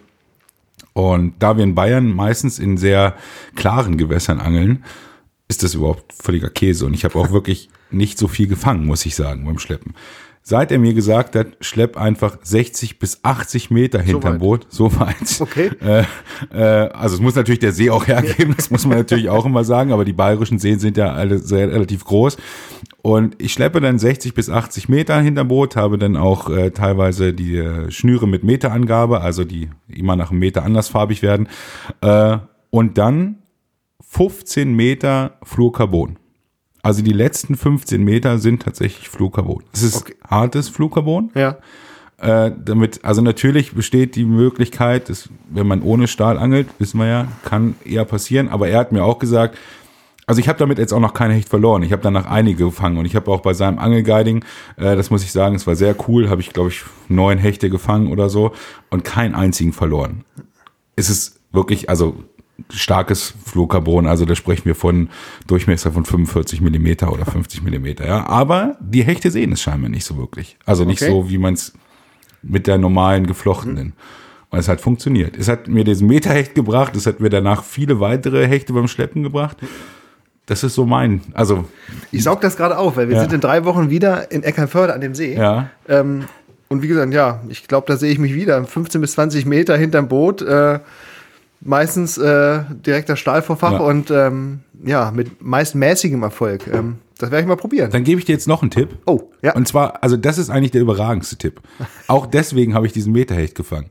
Und da wir in Bayern meistens in sehr klaren Gewässern angeln, ist das überhaupt völliger Käse. Und ich habe auch wirklich nicht so viel gefangen, muss ich sagen, beim Schleppen. Seit er mir gesagt hat, schlepp einfach sechzig bis achtzig Meter hinterm weit. Boot, so weit. Okay. Äh, äh, also es muss natürlich der See auch hergeben, das muss man natürlich auch immer sagen, aber die bayerischen Seen sind ja alle sehr relativ groß. Und ich schleppe dann sechzig bis achtzig Meter hinterm Boot, habe dann auch äh, teilweise die äh, Schnüre mit Meterangabe, also die immer nach einem Meter andersfarbig werden. Äh, und dann fünfzehn Meter Fluorocarbon. Also die letzten fünfzehn Meter sind tatsächlich Fluorocarbon. Es ist okay. Hartes Fluorocarbon. Ja. Äh, damit, also natürlich besteht die Möglichkeit, dass, wenn man ohne Stahl angelt, wissen wir ja, kann eher passieren. Aber er hat mir auch gesagt, also ich habe damit jetzt auch noch keine Hecht verloren. Ich habe danach einige gefangen und ich habe auch bei seinem Angelguiding, äh, das muss ich sagen, es war sehr cool, habe ich glaube ich neun Hechte gefangen oder so und keinen einzigen verloren. Es ist wirklich, also starkes Fluorocarbon, also da sprechen wir von Durchmesser von fünfundvierzig Millimeter oder fünfzig Millimeter, ja. Aber die Hechte sehen es scheinbar nicht so wirklich. Also nicht okay. so, wie man es mit der normalen geflochtenen. Mhm. Und es hat funktioniert. Es hat mir diesen Meterhecht gebracht, es hat mir danach viele weitere Hechte beim Schleppen gebracht. Das ist so mein, also. Ich saug das gerade auf, weil wir ja. sind in drei Wochen wieder in Eckernförde an dem See. Ja. Ähm, und wie gesagt, ja, ich glaube, da sehe ich mich wieder. fünfzehn bis zwanzig Meter hinterm Boot, äh, meistens äh, direkter Stahlvorfach ja. und ähm, ja, mit meist mäßigem Erfolg. Ähm, das werde ich mal probieren. Dann gebe ich dir jetzt noch einen Tipp. Oh, ja. Und zwar, also das ist eigentlich der überragendste Tipp. Auch deswegen habe ich diesen Meterhecht gefangen.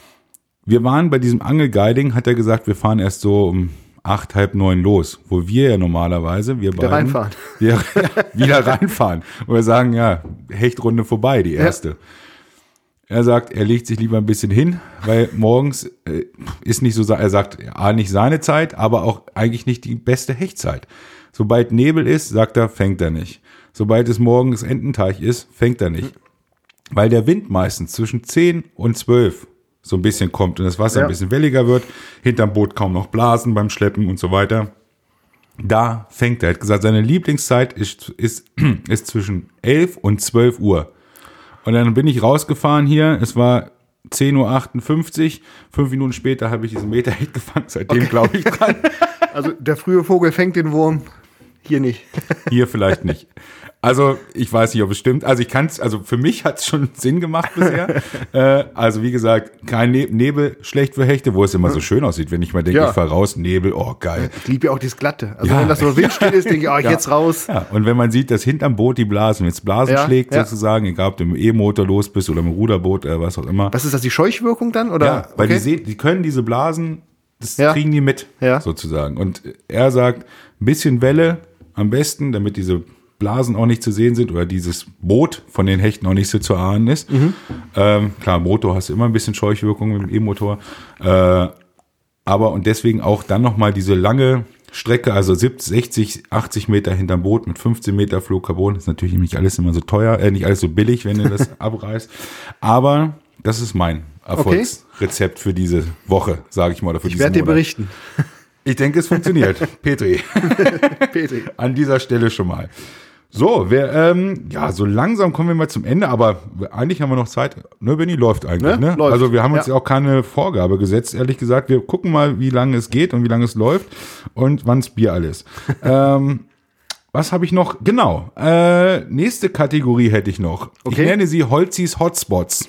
Wir waren bei diesem Angelguiding, hat er gesagt, wir fahren erst so um acht, halb neun los, wo wir ja normalerweise, wir wieder beiden, reinfahren. Wir wieder reinfahren. Und wir sagen, ja, Hechtrunde vorbei, die erste. Ja. Er sagt, er legt sich lieber ein bisschen hin, weil morgens äh, ist nicht so, er sagt, A, nicht seine Zeit, aber auch eigentlich nicht die beste Hechtzeit. Sobald Nebel ist, sagt er, fängt er nicht. Sobald es morgens Ententeich ist, fängt er nicht. Weil der Wind meistens zwischen zehn und zwölf so ein bisschen kommt und das Wasser ja. ein bisschen welliger wird, hinterm Boot kaum noch Blasen beim Schleppen und so weiter. Da fängt er. Er hat gesagt, seine Lieblingszeit ist, ist, ist zwischen elf und zwölf Uhr. Und dann bin ich rausgefahren hier, es war zehn Uhr achtundfünfzig, fünf Minuten später habe ich diesen Meterhecht gefangen, seitdem okay. glaube ich dran. Also der frühe Vogel fängt den Wurm, hier nicht. Hier vielleicht nicht. Also ich weiß nicht, ob es stimmt. Also ich kann es, also für mich hat es schon Sinn gemacht bisher. äh, also wie gesagt, kein ne- Nebel, schlecht für Hechte, wo es immer so schön aussieht, wenn ich mal denke, ja. ich fahre raus, Nebel, oh geil. Ich liebe ja auch dieses Glatte. Also ja. wenn das so windstill ist, denke ich, oh, ich ja. jetzt raus. Ja. Und wenn man sieht, dass hinterm Boot die Blasen, jetzt Blasen ja. schlägt ja. sozusagen, egal ob du im E-Motor los bist oder im Ruderboot, äh, was auch immer. Was ist das, die Scheuchwirkung dann? Oder? Ja, weil okay. die, sehen, die können diese Blasen, das ja. kriegen die mit, ja. sozusagen. Und er sagt, ein bisschen Welle am besten, damit diese Blasen auch nicht zu sehen sind oder dieses Boot von den Hechten auch nicht so zu ahnen ist. Mhm. Ähm, klar, Motor hast du immer ein bisschen Scheuchwirkung mit dem E-Motor. Äh, aber und deswegen auch dann nochmal diese lange Strecke, also siebzig, sechzig, achtzig Meter hinterm Boot mit fünfzehn Meter Fluorocarbon. Ist natürlich nicht alles immer so teuer, äh, nicht alles so billig, wenn du das abreißt. Aber das ist mein Erfolgsrezept okay. für diese Woche, sage ich mal. Oder für ich werde dir berichten. Ich denke, es funktioniert. Petri. Petri. An dieser Stelle schon mal. So, wir, ähm, ja, so langsam kommen wir mal zum Ende, aber eigentlich haben wir noch Zeit. Ne, Benni, läuft eigentlich, ne? ne? Läuft. Also wir haben uns ja auch keine Vorgabe gesetzt, ehrlich gesagt. Wir gucken mal, wie lange es geht und wie lange es läuft und wann's Bier alles. ähm, was habe ich noch? Genau, äh, nächste Kategorie hätte ich noch. Okay. Ich nenne sie Holzis Hotspots.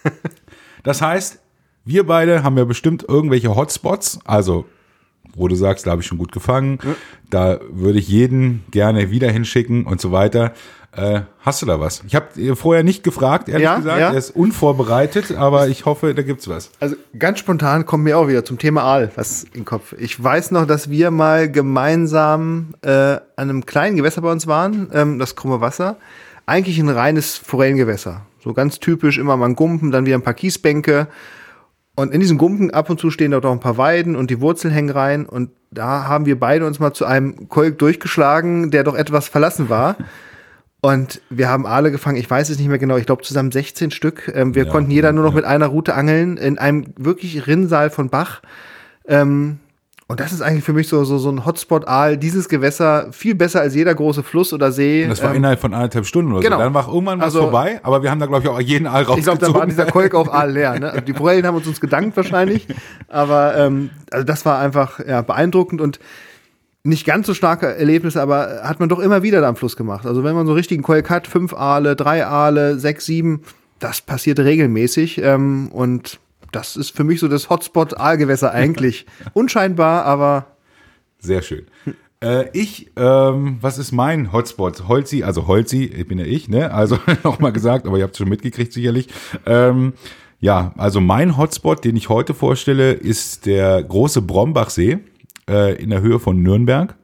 Das heißt, wir beide haben ja bestimmt irgendwelche Hotspots, also wo du sagst, da habe ich schon gut gefangen, ja. da würde ich jeden gerne wieder hinschicken und so weiter. Äh, hast du da was? Ich habe vorher nicht gefragt, ehrlich ja, gesagt. Ja. Er ist unvorbereitet, aber ich hoffe, da gibt's was. Also ganz spontan kommt mir auch wieder zum Thema Aal was in den Kopf. Ich weiß noch, dass wir mal gemeinsam äh, an einem kleinen Gewässer bei uns waren, ähm, das Krumme Wasser. Eigentlich ein reines Forellengewässer. So ganz typisch, immer mal ein Gumpen, dann wieder ein paar Kiesbänke. Und in diesen Gumpen ab und zu stehen dort auch ein paar Weiden und die Wurzeln hängen rein. Und da haben wir beide uns mal zu einem Kolk durchgeschlagen, der doch etwas verlassen war. Und wir haben Aale gefangen, ich weiß es nicht mehr genau, ich glaube zusammen sechzehn Stück. Ähm, wir ja, konnten jeder nur noch ja. mit einer Rute angeln in einem wirklich Rinnsal von Bach. Ähm, und das ist eigentlich für mich so, so, so ein Hotspot-Aal, dieses Gewässer, viel besser als jeder große Fluss oder See. Und das war ähm, innerhalb von anderthalb Stunden oder genau. so. Dann war irgendwann was also, vorbei, aber wir haben da, glaube ich, auch jeden Aal rausgezogen. Ich glaube, da war dieser Kolk auch Aal leer. Ne? Also die Forellen haben uns, uns gedankt wahrscheinlich, aber ähm, also das war einfach ja, beeindruckend und nicht ganz so starke Erlebnisse, aber hat man doch immer wieder da am Fluss gemacht. Also wenn man so einen richtigen Kolk hat, fünf Aale, drei Aale, sechs, sieben, das passiert regelmäßig ähm, und das ist für mich so das Hotspot-Aalgewässer eigentlich. Unscheinbar, aber sehr schön. Äh, ich, ähm, was ist mein Hotspot? Holzi, also Holzi, ich bin ja ich, ne? Also nochmal gesagt, aber ihr habt es schon mitgekriegt sicherlich. Ähm, ja, also mein Hotspot, den ich heute vorstelle, ist der große Brombachsee äh, in der Höhe von Nürnberg.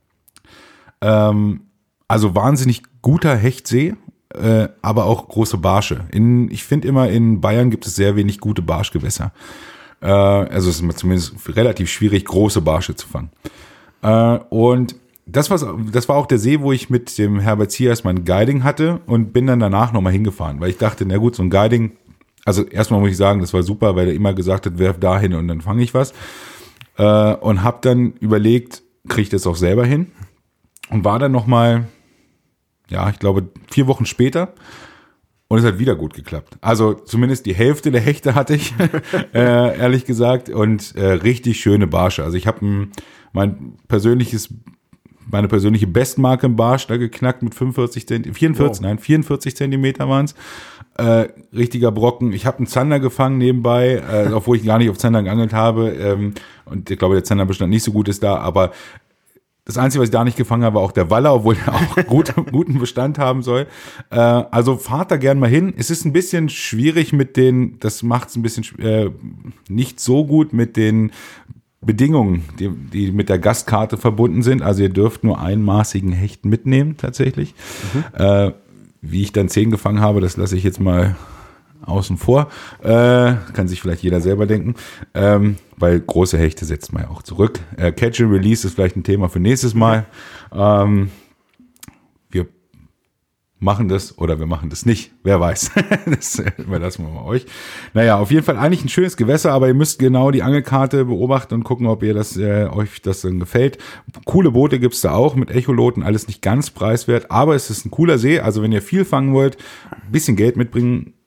Ähm, also wahnsinnig guter Hechtsee. Äh, aber auch große Barsche. In, ich finde immer, in Bayern gibt es sehr wenig gute Barschgewässer. Äh, also es ist zumindest relativ schwierig, große Barsche zu fangen. Äh, und das, was, das war auch der See, wo ich mit dem Herbert Ziers mein Guiding hatte und bin dann danach nochmal hingefahren, weil ich dachte, na gut, so ein Guiding, also erstmal muss ich sagen, das war super, weil er immer gesagt hat, werf da hin und dann fange ich was. Äh, und habe dann überlegt, kriege ich das auch selber hin? Und war dann nochmal... Ja, ich glaube, vier Wochen später und es hat wieder gut geklappt. Also zumindest die Hälfte der Hechte hatte ich, äh, ehrlich gesagt, und äh, richtig schöne Barsche. Also ich habe mein persönliches, meine persönliche Bestmarke im Barsch da geknackt mit fünfundvierzig Zentimeter, vierundvierzig, wow. nein, vierundvierzig Zentimeter waren es. Äh, richtiger Brocken. Ich habe einen Zander gefangen nebenbei, äh, obwohl ich gar nicht auf Zander geangelt habe. Ähm, und ich glaube, der Zanderbestand nicht so gut ist da, aber das Einzige, was ich da nicht gefangen habe, war auch der Waller, obwohl er auch gut, guten Bestand haben soll. Äh, also fahrt da gern mal hin. Es ist ein bisschen schwierig mit den, das macht es ein bisschen äh, nicht so gut mit den Bedingungen, die, die mit der Gastkarte verbunden sind. Also ihr dürft nur einmaßigen Hecht mitnehmen tatsächlich. Mhm. Äh, wie ich dann zehn gefangen habe, das lasse ich jetzt mal außen vor. Äh, kann sich vielleicht jeder selber denken. Ähm, weil große Hechte setzt man ja auch zurück. Äh, Catch and Release ist vielleicht ein Thema für nächstes Mal. Ähm, wir machen das oder wir machen das nicht. Wer weiß. Das überlassen wir mal euch. Naja, auf jeden Fall eigentlich ein schönes Gewässer, aber ihr müsst genau die Angelkarte beobachten und gucken, ob ihr das äh, euch das dann gefällt. Coole Boote gibt's da auch mit Echoloten, alles nicht ganz preiswert, aber es ist ein cooler See. Also wenn ihr viel fangen wollt, ein bisschen Geld mitbringen,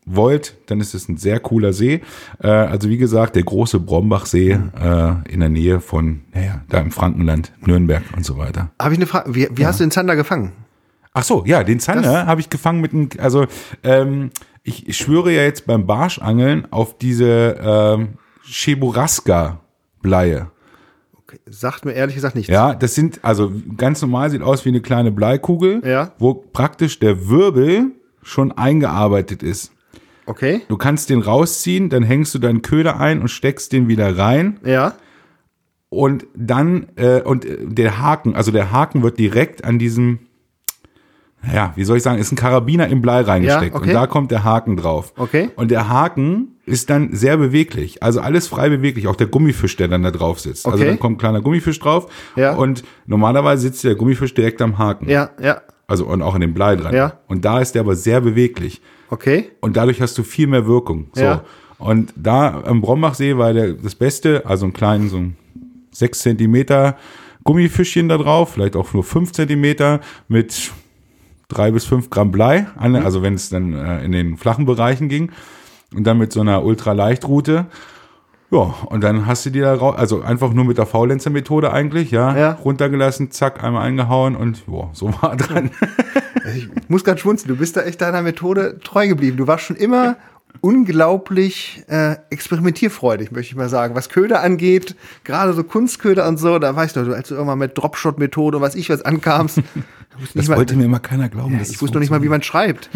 wollt, dann ist es ein sehr cooler See. Äh, also wie gesagt, der große Brombachsee Mhm. äh, in der Nähe von, naja, da im Frankenland, Nürnberg und so weiter. Habe ich eine Frage, wie, wie hast du den Zander gefangen? Ach so, ja, den Zander habe ich gefangen mit einem, also ähm, ich, ich schwöre ja jetzt beim Barschangeln auf diese ähm, Cheburaska-Bleie. Okay, sagt mir ehrlich gesagt nichts. Ja, das sind, also ganz normal sieht aus wie eine kleine Bleikugel, Ja. wo praktisch der Wirbel schon eingearbeitet ist. Okay. Du kannst den rausziehen, dann hängst du deinen Köder ein und steckst den wieder rein. Ja. Und dann, äh, und der Haken, also der Haken wird direkt an diesem, ja, wie soll ich sagen, ist ein Karabiner im Blei reingesteckt. Ja, okay. Und da kommt der Haken drauf. Okay. Und der Haken ist dann sehr beweglich. Also alles frei beweglich. Auch der Gummifisch, der dann da drauf sitzt. Also Okay. dann kommt ein kleiner Gummifisch drauf. Ja. Und normalerweise sitzt der Gummifisch direkt am Haken. Ja, ja. Also und auch in dem Blei dran. Ja. Und da ist der aber sehr beweglich. Okay. Und dadurch hast du viel mehr Wirkung. So. Ja. Und da am Brombachsee war der, das Beste, also einen kleinen, so ein sechs Zentimeter Gummifischchen da drauf, vielleicht auch nur fünf Zentimeter mit drei bis fünf Gramm Blei, an, also wenn es dann äh, in den flachen Bereichen ging. Und dann mit so einer Ultraleichtroute. Ja, und dann hast du die da raus, also einfach nur mit der Faulenzer-Methode eigentlich, ja, Ja. runtergelassen, zack, einmal eingehauen und ja, so war dran. Ich muss gerade schmunzeln, du bist da echt deiner Methode treu geblieben. Du warst schon immer unglaublich äh, experimentierfreudig, möchte ich mal sagen. Was Köder angeht, gerade so Kunstköder und so, da weißt du, als du irgendwann mit Dropshot-Methode und was ich was ankamst, Das mal, wollte mir immer keiner glauben. ja, dass ich es wusste noch nicht mal, wie man schreibt.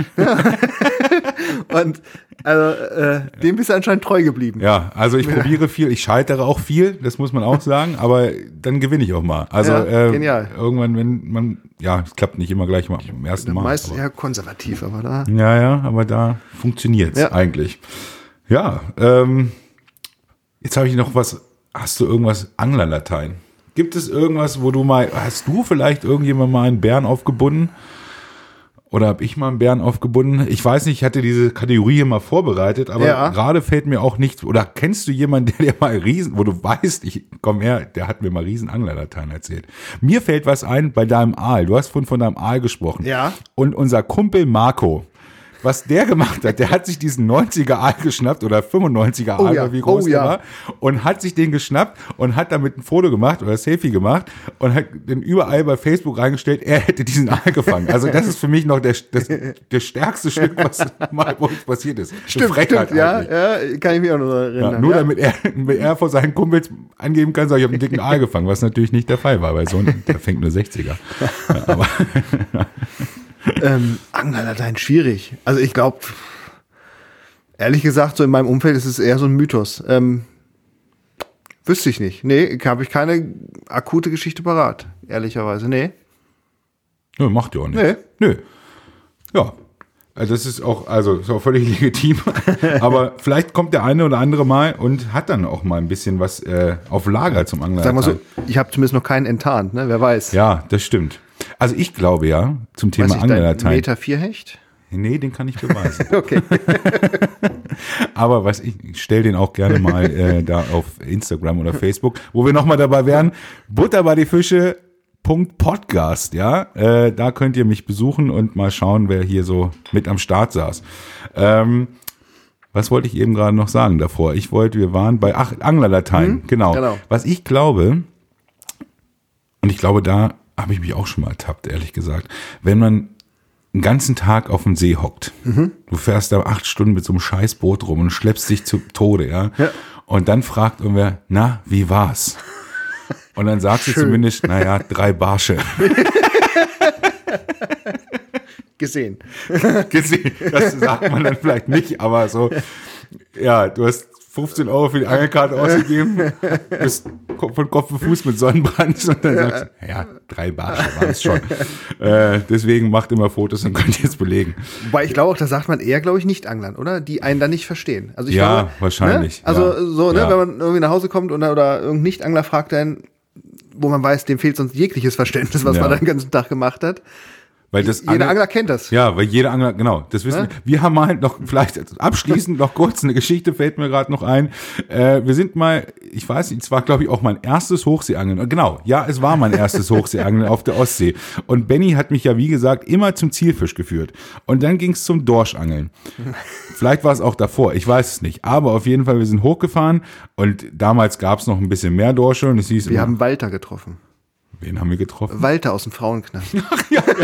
Und also, äh, dem bist du anscheinend treu geblieben. Ja, also ich probiere viel, ich scheitere auch viel, das muss man auch sagen, aber dann gewinne ich auch mal. Also Ja, äh, genial. irgendwann, wenn man, ja, es klappt nicht immer gleich mal im ersten Mal. Meist aber, eher konservativ, aber da. ja, ja, aber da funktioniert's Ja. eigentlich. Ja, ähm, jetzt habe ich noch was, hast du irgendwas Anglerlatein? Gibt es irgendwas, wo du mal, hast du vielleicht irgendjemand mal einen Bären aufgebunden? Oder habe ich mal einen Bären aufgebunden? Ich weiß nicht, ich hatte diese Kategorie hier mal vorbereitet, aber Ja. gerade fällt mir auch nichts. Oder kennst du jemanden, der dir mal Riesen, wo du weißt, ich komm her, der hat mir mal Riesen Anglerlatein erzählt. Mir fällt was ein bei deinem Aal. Du hast vorhin von deinem Aal gesprochen. Ja. Und unser Kumpel Marco, was der gemacht hat, der hat sich diesen neunziger Aal geschnappt oder fünfundneunziger Oh Aal, ja, wie groß oh der ja. war, und hat sich den geschnappt und hat damit ein Foto gemacht oder Selfie gemacht und hat den überall bei Facebook reingestellt, er hätte diesen Aal gefangen. Also das ist für mich noch der, das, das stärkste Stück, was mal bei uns passiert ist. Eine Stimmt, Frechheit stimmt, ja, eigentlich. ja, kann ich mich auch noch erinnern. Ja, nur ja. damit er, damit er vor seinen Kumpels angeben kann, so, ich habe einen dicken Aal gefangen, was natürlich nicht der Fall war, weil so ein, der fängt nur sechziger. Ja, aber Ähm, Anglerlatein, schwierig. Also ich glaube, ehrlich gesagt, so in meinem Umfeld ist es eher so ein Mythos. Ähm, wüsste ich nicht. Nee, habe ich keine akute Geschichte parat, ehrlicherweise. Nee. Nö, macht ja auch nichts. Nee. Nö. Ja. Also das ist auch, also ist auch völlig legitim. Aber vielleicht kommt der eine oder andere mal und hat dann auch mal ein bisschen was äh, auf Lager zum Angler. Sag mal so, ich habe zumindest noch keinen enttarnt, ne? Wer weiß. Ja, das stimmt. Also ich glaube ja, zum Thema Weiß ich, dein Anglerlatein. Meter vier Hecht? Nee, den kann ich beweisen. Okay. Aber was ich, ich stelle den auch gerne mal äh, da auf Instagram oder Facebook, wo wir nochmal dabei wären. Butter bei die Fische. Podcast, ja, äh, da könnt ihr mich besuchen und mal schauen, wer hier so mit am Start saß. Ähm, was wollte ich eben gerade noch sagen davor? Ich wollte, wir waren bei ach, Anglerlatein, Mhm, genau. genau. Was ich glaube, und ich glaube, da habe ich mich auch schon mal ertappt, ehrlich gesagt, wenn man einen ganzen Tag auf dem See hockt, Mhm. du fährst da acht Stunden mit so einem Scheißboot rum und schleppst dich zu Tode, ja, Ja. und dann fragt irgendwer, na, wie war's? Und dann sagst du Schön. zumindest, naja, drei Barsche. Gesehen. Gesehen. Das sagt man dann vielleicht nicht, aber so, ja, du hast fünfzehn Euro für die Angelkarte ausgegeben, bist von Kopf und Fuß mit Sonnenbrand und dann sagst du, ja, drei Barsche waren es schon. Äh, deswegen macht immer Fotos und könnt ihr es belegen. Wobei ich glaube auch, da sagt man eher, glaube ich, Nicht-Anglern, oder? Die einen dann nicht verstehen. Also ich Ja, glaube, wahrscheinlich, Ne? Also ja. so, ne, Ja. wenn man irgendwie nach Hause kommt oder, oder irgendein Nicht-Angler fragt einen, wo man weiß, dem fehlt sonst jegliches Verständnis, was Ja. man dann den ganzen Tag gemacht hat. Weil das Jeder Angler, Angler kennt das. Ja, weil jeder Angler, genau, das wissen ja? wir. Wir haben mal noch, vielleicht abschließend noch kurz eine Geschichte, fällt mir gerade noch ein. Äh, wir sind mal, ich weiß nicht, es war glaube ich auch mein erstes Hochseeangeln. Genau, ja, es war mein erstes Hochseeangeln auf der Ostsee. Und Benny hat mich ja, wie gesagt, immer zum Zielfisch geführt. Und dann ging es zum Dorschangeln. Vielleicht war es auch davor, ich weiß es nicht. Aber auf jeden Fall, wir sind hochgefahren und damals gab es noch ein bisschen mehr Dorsche. Und es hieß wir immer, haben Walter getroffen. Wen haben wir getroffen? Walter aus dem Frauenknast. Ach ja, ja.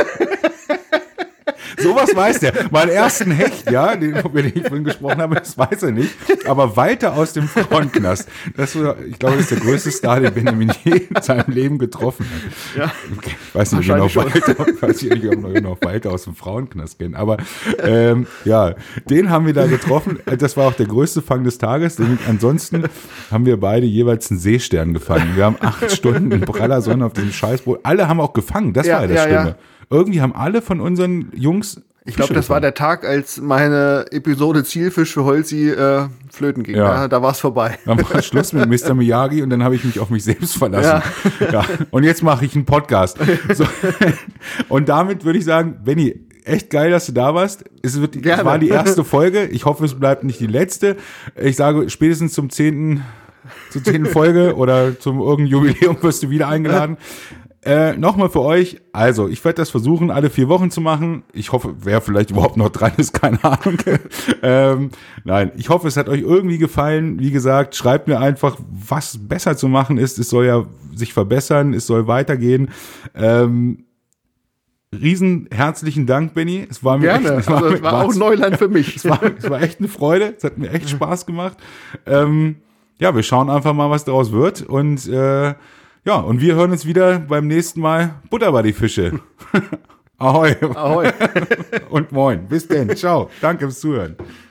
Sowas weiß der. Meinen ersten Hecht, ja, den, über den ich vorhin gesprochen habe, das weiß er nicht. Aber Walter aus dem Frauenknast, das war, ich glaube, das ist der größte Star, den Benjamin je in seinem Leben getroffen hat. Ja. Ich weiß nicht, ob ich noch Walter, ich weiß nicht, ob ich noch Walter aus dem Frauenknast kenne. Aber ähm, ja, den haben wir da getroffen. Das war auch der größte Fang des Tages. Denn ansonsten haben wir beide jeweils einen Seestern gefangen. Wir haben acht Stunden in praller Sonne auf diesem Scheißboot. Alle haben auch gefangen. Das ja, war ja das ja, Schlimme. Ja. Irgendwie haben alle von unseren Jungs. Ich glaube, das gefangen. war der Tag, als meine Episode Zielfisch für Holzi äh, flöten ging. Ja. Ja, da war es vorbei. Dann war Schluss mit Mister Miyagi und dann habe ich mich auf mich selbst verlassen. Ja. Ja. Und jetzt mache ich einen Podcast. So. Und damit würde ich sagen, Benni, echt geil, dass du da warst. Es, wird, es war die erste Folge. Ich hoffe, es bleibt nicht die letzte. Ich sage, spätestens zum zehnten zur zehnten Folge oder zum irgendeinem Jubiläum wirst du wieder eingeladen. Äh, nochmal für euch, also ich werde das versuchen, alle vier Wochen zu machen. Ich hoffe, wer vielleicht überhaupt noch dran ist, keine Ahnung. ähm, nein, ich hoffe, es hat euch irgendwie gefallen. Wie gesagt, schreibt mir einfach, was besser zu machen ist. Es soll ja sich verbessern, es soll weitergehen. Ähm, riesen herzlichen Dank, Benni. Es war mir Gerne, echt, es war, also es war auch Neuland für mich. Es war, es war echt eine Freude, es hat mir echt Spaß gemacht. Ähm, ja, wir schauen einfach mal, was daraus wird und äh, ja, und wir hören uns wieder beim nächsten Mal Butter bei die Fische. Ahoi. Ahoi. Und moin. Bis denn. Ciao. Danke fürs Zuhören.